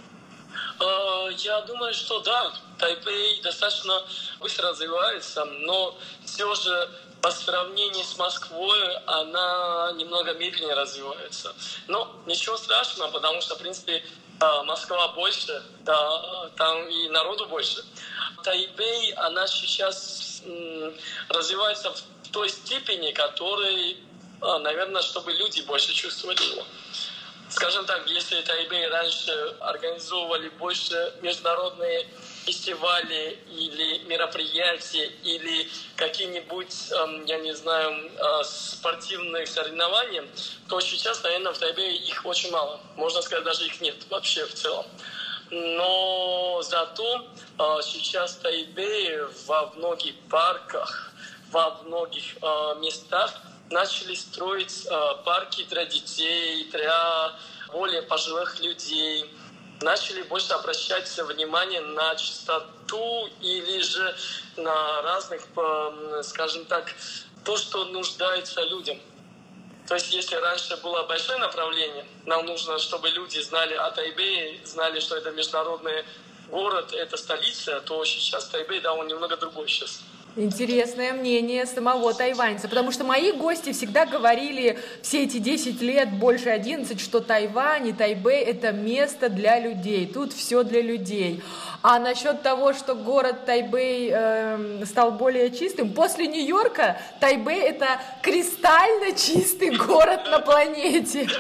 Я думаю, что да. Тайбэй достаточно быстро развивается, но все же по сравнению с Москвой она немного медленнее развивается. Но ничего страшного, потому что, в принципе, Москва больше, да, там и народу больше. Тайбэй, она сейчас м, развивается в той степени, которой, наверное, чтобы люди больше чувствовали его. Скажем так, если Тайбэй раньше организовывали больше международные фестивали или мероприятия, или какие-нибудь, я не знаю, спортивные соревнования, то сейчас, наверное, в Тайбэе их очень мало. Можно сказать, даже их нет вообще в целом. Но зато сейчас в Тайбэе во многих парках, во многих местах начали строить парки для детей, для более пожилых людей. Начали больше обращать внимание на чистоту или же на разных, скажем так, то, что нуждается людям. То есть, если раньше было большое направление, нам нужно, чтобы люди знали о Тайбэе, знали, что это международный город, это столица, то сейчас Тайбэй, да, он немного другой сейчас. Интересное мнение самого тайваньца, потому что мои гости всегда говорили все эти десять лет, больше одиннадцать, что Тайвань и Тайбэй — это место для людей, тут все для людей. А насчет того, что город Тайбэй э, стал более чистым, после Нью-Йорка Тайбэй — это кристально чистый город на планете.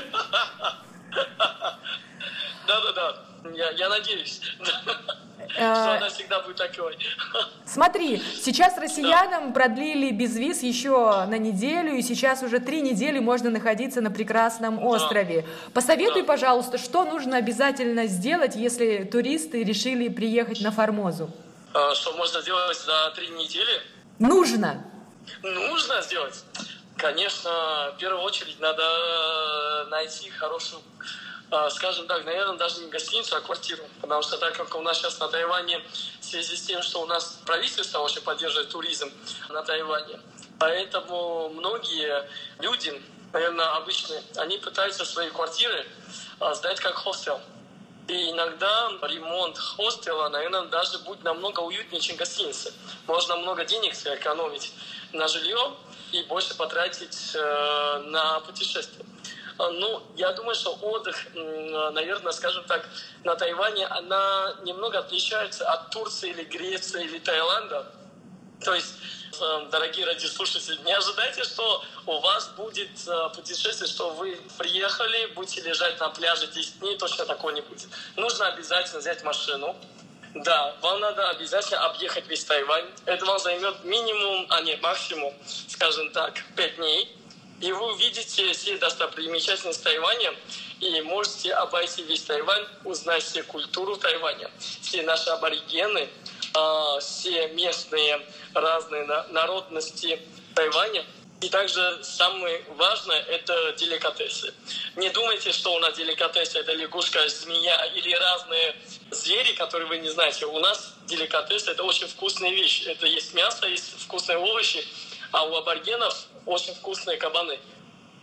Да-да-да, я, я надеюсь, что она всегда будет такой. Смотри, сейчас россиянам продлили безвиз еще на неделю, и сейчас уже три недели можно находиться на прекрасном острове. Посоветуй, пожалуйста, что нужно обязательно сделать, если туристы решили приехать на Формозу? Что можно сделать за три недели? Нужно. Нужно сделать? Конечно, в первую очередь надо найти хорошую, скажем так, наверное, даже не гостиницу, а квартиру. Потому что так как у нас сейчас на Тайване, в связи с тем, что у нас правительство очень поддерживает туризм на Тайване, поэтому многие люди, наверное, обычные, они пытаются свои квартиры сдать как хостел. И иногда ремонт хостела, наверное, даже будет намного уютнее, чем гостиница. Можно много денег сэкономить на жилье и больше потратить э, на путешествия. Ну, я думаю, что отдых, наверное, скажем так, на Тайване, она немного отличается от Турции или Греции или Таиланда. То есть, дорогие радиослушатели, не ожидайте, что у вас будет путешествие, что вы приехали, будете лежать на пляже десять дней, точно такого не будет. Нужно обязательно взять машину. Да, вам надо обязательно объехать весь Тайвань. Это вам займет минимум, а не максимум, скажем так, пять дней. И вы увидите все достопримечательности Тайваня и можете обойти весь Тайвань, узнать все культуру Тайваня, все наши аборигены, все местные разные народности Тайваня. И также самое важное – это деликатесы. Не думайте, что у нас деликатесы – это лягушка, змея или разные звери, которые вы не знаете. У нас деликатесы – это очень вкусные вещи. Это есть мясо, есть вкусные овощи, а у аборигенов очень вкусные кабаны.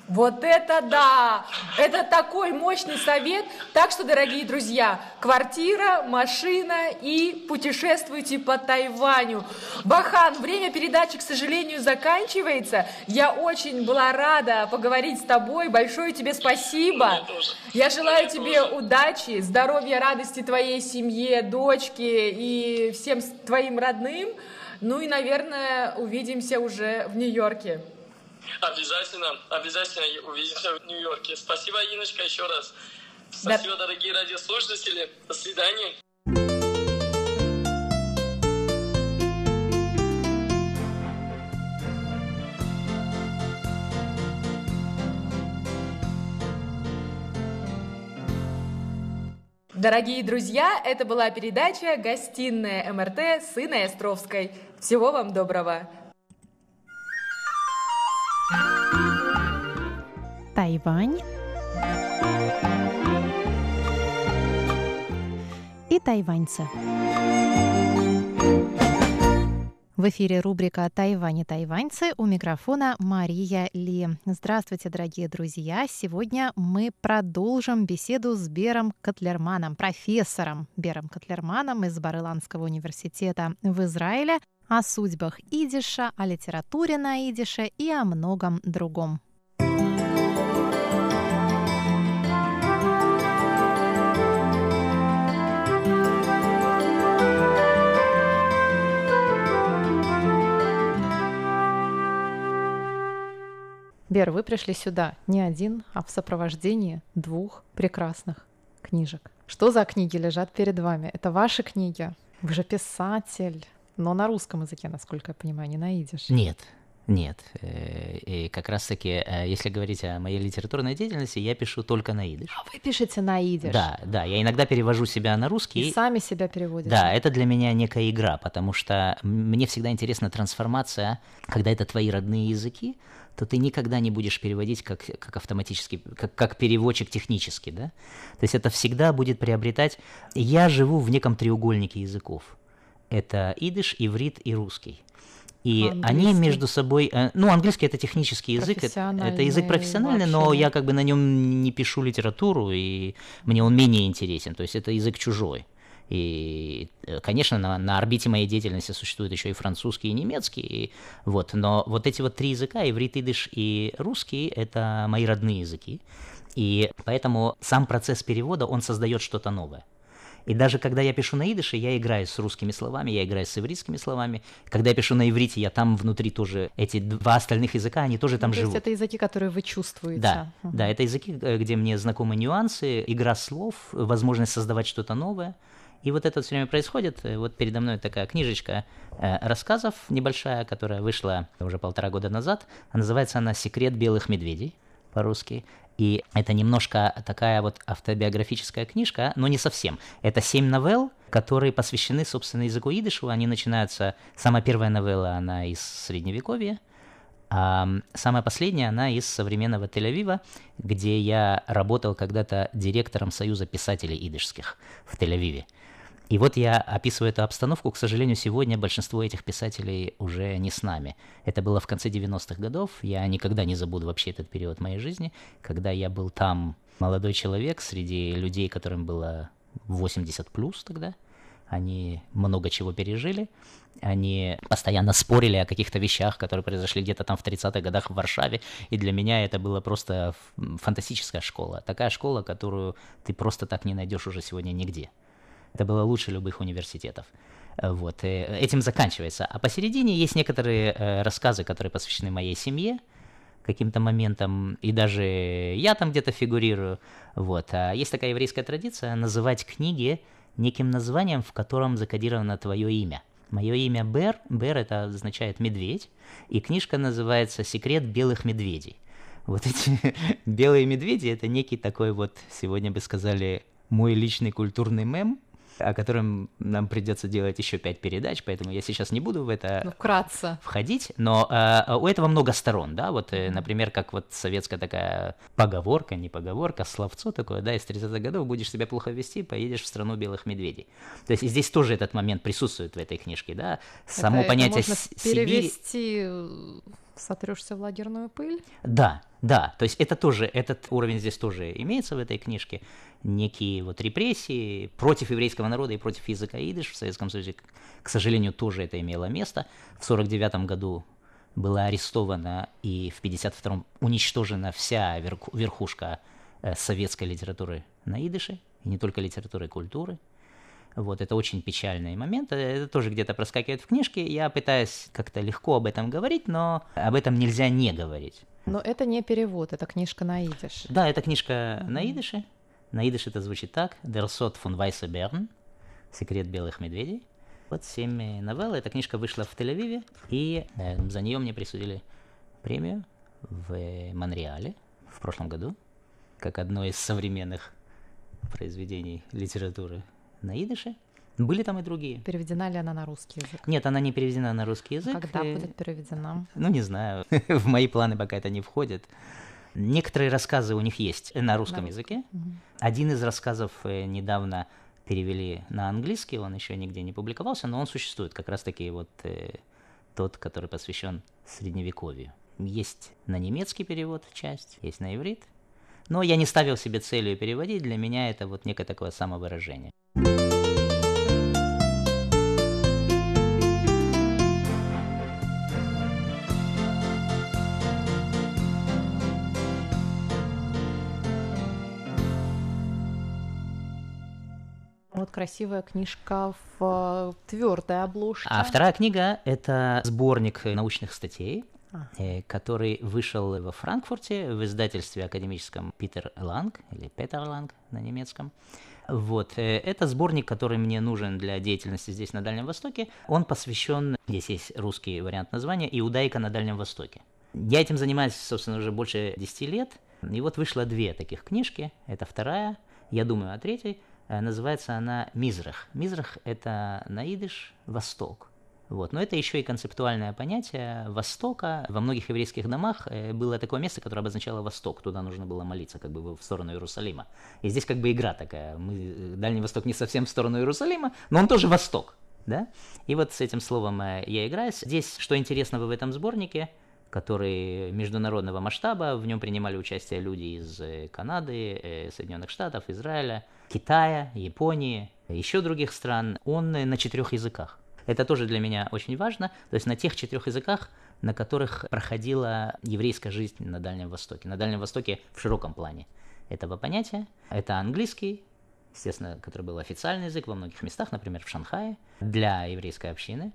Вот это да! Это такой мощный совет. Так что, дорогие друзья, квартира, машина и путешествуйте по Тайваню. Бахан, время передачи, к сожалению, заканчивается. Я очень была рада поговорить с тобой. Большое тебе спасибо. Я желаю тебе удачи, здоровья, радости твоей семье, дочке и всем твоим родным. Ну и, наверное, увидимся уже в Нью-Йорке. Обязательно, обязательно увидимся в Нью-Йорке. Спасибо, Инночка, еще раз. Спасибо, да. Дорогие радиослушатели. До свидания. Дорогие друзья, это была передача «Гостиная эм эр тэ» с Инной Островской. Всего вам доброго. Тайвань и тайваньцы. В эфире рубрика «Тайвань и тайваньцы», у микрофона Мария Ли. Здравствуйте, дорогие друзья! Сегодня мы продолжим беседу с Бером Котлерманом, профессором Бером Котлерманом из Бар-Иланского университета в Израиле, о судьбах идиша, о литературе на идише и о многом другом. Бер, вы пришли сюда не один, а в сопровождении двух прекрасных книжек. Что за книги лежат перед вами? Это ваши книги? Вы же писатель, но на русском языке, насколько я понимаю, не на идиш. Нет, нет. И как раз-таки, если говорить о моей литературной деятельности, я пишу только на идиш. А вы пишете на идиш? Да, да. Я иногда перевожу себя на русский. И сами себя переводите? Да, это для меня некая игра, потому что мне всегда интересна трансформация, когда это твои родные языки, то ты никогда не будешь переводить как, как автоматически, как, как переводчик технически, да? То есть это всегда будет приобретать... Я живу в неком треугольнике языков. Это идиш, иврит и русский. И английский. Они между собой... Ну, английский — это технический язык, это, это язык профессиональный, вообще. Но я как бы на нем не пишу литературу, и мне он менее интересен, то есть это язык чужой. И, конечно, на, на орбите моей деятельности существует еще и французский, и немецкий, и, вот, но вот эти вот три языка, иврит, идиш и русский, это мои родные языки, и поэтому сам процесс перевода, он создает что-то новое. И даже когда я пишу на идише, я играю с русскими словами, я играю с ивритскими словами. Когда я пишу на иврите, я там внутри тоже, эти два остальных языка, они тоже там ну, то живут. То есть это языки, которые вы чувствуете. Да, угу. да, это языки, где мне знакомы нюансы, игра слов, возможность создавать что-то новое. И вот это все время происходит. Вот передо мной такая книжечка э, рассказов небольшая, которая вышла уже полтора года назад. Называется она «Секрет белых медведей» по-русски. И это немножко такая вот автобиографическая книжка, но не совсем. Это семь новелл, которые посвящены, собственно, языку идишу. Они начинаются... Самая первая новелла, она из Средневековья. А самая последняя, она из современного Тель-Авива, где я работал когда-то директором Союза писателей идишских в Тель-Авиве. И вот я описываю эту обстановку. К сожалению, сегодня большинство этих писателей уже не с нами. Это было в конце девяностых годов. Я никогда не забуду вообще этот период моей жизни, когда я был там молодой человек среди людей, которым было восемьдесят плюс тогда. Они много чего пережили. Они постоянно спорили о каких-то вещах, которые произошли где-то там в тридцатых годах в Варшаве. И для меня это была просто фантастическая школа. Такая школа, которую ты просто так не найдешь уже сегодня нигде. Это было лучше любых университетов. Вот. И этим заканчивается. А посередине есть некоторые э, рассказы, которые посвящены моей семье, каким-то моментам, и даже я там где-то фигурирую. Вот. А есть такая еврейская традиция называть книги неким названием, в котором закодировано твое имя. Мое имя Бер. Бер — это означает медведь. И книжка называется «Секрет белых медведей». Вот эти белые медведи — это некий такой вот, сегодня бы сказали, мой личный культурный мем, о котором нам придется делать еще пять передач, поэтому я сейчас не буду в это ну, вкратце входить, но э, у этого много сторон, да, вот, э, например, как вот советская такая поговорка, не поговорка, словцо такое, да, из тридцатых годов: будешь себя плохо вести, поедешь в страну белых медведей. То есть здесь тоже этот момент присутствует в этой книжке, да, само это, понятие это можно Сибири... перевести Сотрешься в лагерную пыль? Да, да, то есть это тоже, этот уровень здесь тоже имеется в этой книжке. Некие вот репрессии против еврейского народа и против языка идиш в Советском Союзе, к сожалению, тоже это имело место. В сорок девятом году была арестована и в пятьдесят втором уничтожена вся верхушка советской литературы на идише, и не только литературы и культуры. Вот, это очень печальный момент, это тоже где-то проскакивает в книжке, я пытаюсь как-то легко об этом говорить, но об этом нельзя не говорить. Но это не перевод, это книжка на идиш. Да, это книжка mm-hmm. на идише, на идише это звучит так, Der Sod von Weiße Bären, Секрет белых медведей. Вот семь новелл, эта книжка вышла в Тель-Авиве, и э, за нее мне присудили премию в Монреале в прошлом году, как одно из современных произведений литературы на идише. Были там и другие. Переведена ли она на русский язык? Нет, она не переведена на русский язык. Когда будет переведена? Ну, не знаю. В мои планы пока это не входит. Некоторые рассказы у них есть на русском на языке. Угу. Один из рассказов недавно перевели на английский, он еще нигде не публиковался, но он существует. Как раз-таки вот э, тот, который посвящен Средневековью. Есть на немецкий перевод часть, есть на иврит. Но я не ставил себе целью переводить, для меня это вот некое такое самовыражение. Вот красивая книжка в твердой обложке. А вторая книга – это сборник научных статей, а. который вышел во Франкфурте в издательстве академическом Питер Ланг, или Петер Ланг на немецком. Вот. Это сборник, который мне нужен для деятельности здесь, на Дальнем Востоке. Он посвящен, здесь есть русский вариант названия, «Иудаика на Дальнем Востоке». Я этим занимаюсь, собственно, уже больше десяти лет. И вот вышло две таких книжки. Это вторая, я думаю о третьей. Называется она «Мизрах». Мизрах – это на идиш «Восток». Вот. Но это еще и концептуальное понятие Востока. Во многих еврейских домах было такое место, которое обозначало Восток. Туда нужно было молиться как бы в сторону Иерусалима. И здесь как бы игра такая. Мы, Дальний Восток не совсем в сторону Иерусалима, но он тоже Восток. Да? И вот с этим словом я играюсь. Здесь, что интересного в этом сборнике, который международного масштаба, в нем принимали участие люди из Канады, Соединенных Штатов, Израиля, Китая, Японии, еще других стран. Он на четырех языках. Это тоже для меня очень важно, то есть на тех четырех языках, на которых проходила еврейская жизнь на Дальнем Востоке. На Дальнем Востоке в широком плане этого понятия. Это английский, естественно, который был официальный язык во многих местах, например, в Шанхае, для еврейской общины.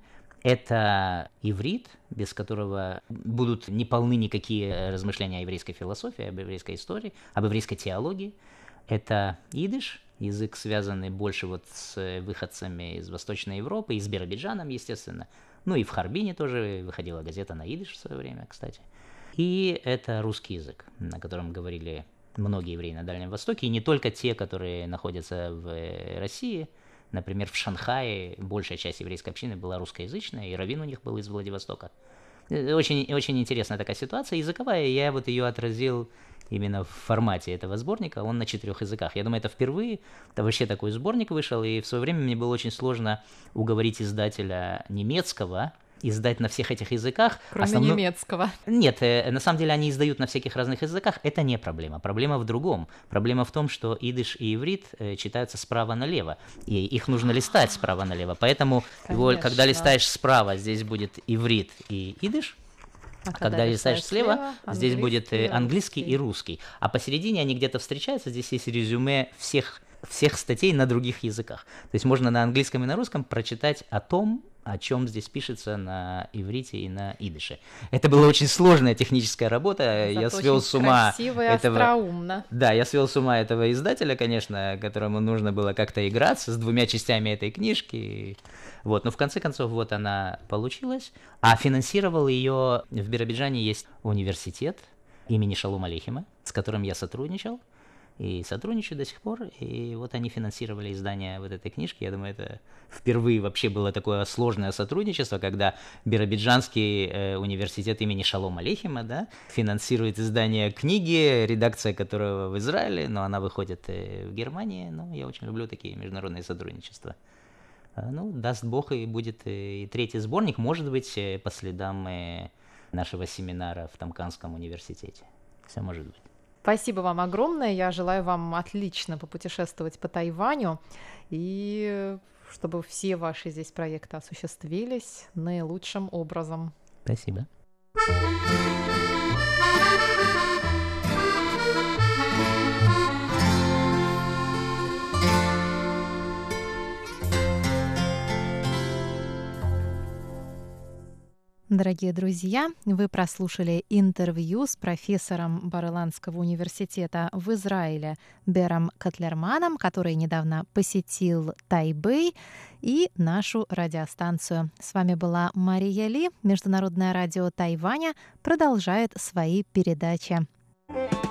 Это иврит, без которого будут не полны никакие размышления о еврейской философии, об еврейской истории, об еврейской теологии. Это идиш, язык, связанный больше вот с выходцами из Восточной Европы, и с Биробиджаном, естественно. Ну и в Харбине тоже выходила газета на идиш в свое время, кстати. И это русский язык, на котором говорили многие евреи на Дальнем Востоке, и не только те, которые находятся в России. Например, в Шанхае большая часть еврейской общины была русскоязычная, и раввин у них был из Владивостока. Очень, очень интересная такая ситуация языковая, я вот ее отразил именно в формате этого сборника, он на четырех языках. Я думаю, это впервые, это вообще такой сборник вышел, и в свое время мне было очень сложно уговорить издателя немецкого издать на всех этих языках. Кроме Основно... немецкого. Нет, на самом деле они издают на всяких разных языках, это не проблема. Проблема в другом. Проблема в том, что идиш и иврит читаются справа налево, и их нужно листать справа налево. Поэтому его, когда листаешь справа, здесь будет иврит и идиш, а когда, когда листаешь слева, слева здесь будет английский и русский. А посередине они где-то встречаются, здесь есть резюме всех, всех статей на других языках. То есть можно на английском и на русском прочитать о том, о чем здесь пишется на иврите и на идише. Это была очень сложная техническая работа. Зато я свел с ума этого. Остроумно. Да, я свел с ума этого издателя, конечно, которому нужно было как-то играться с двумя частями этой книжки. Вот, но в конце концов вот она получилась. А финансировал ее в Биробиджане есть университет имени Шалом Алейхима, с которым я сотрудничал. И сотрудничаю до сих пор, и вот они финансировали издание вот этой книжки. Я думаю, это впервые вообще было такое сложное сотрудничество, когда Биробиджанский э, университет имени Шалом Алейхима, да, финансирует издание книги, редакция которого в Израиле, но она выходит э, в Германии. Ну, я очень люблю такие международные сотрудничества. А, ну, даст Бог, и будет и третий сборник, может быть, по следам э, нашего семинара в Тамканском университете. Все может быть. Спасибо вам огромное. Я желаю вам отлично попутешествовать по Тайваню и чтобы все ваши здесь проекты осуществились наилучшим образом. Спасибо. Дорогие друзья, вы прослушали интервью с профессором Бар-Иланского университета в Израиле Бером Котлерманом, который недавно посетил Тайбэй и нашу радиостанцию. С вами была Мария Ли. Международное радио Тайваня продолжает свои передачи.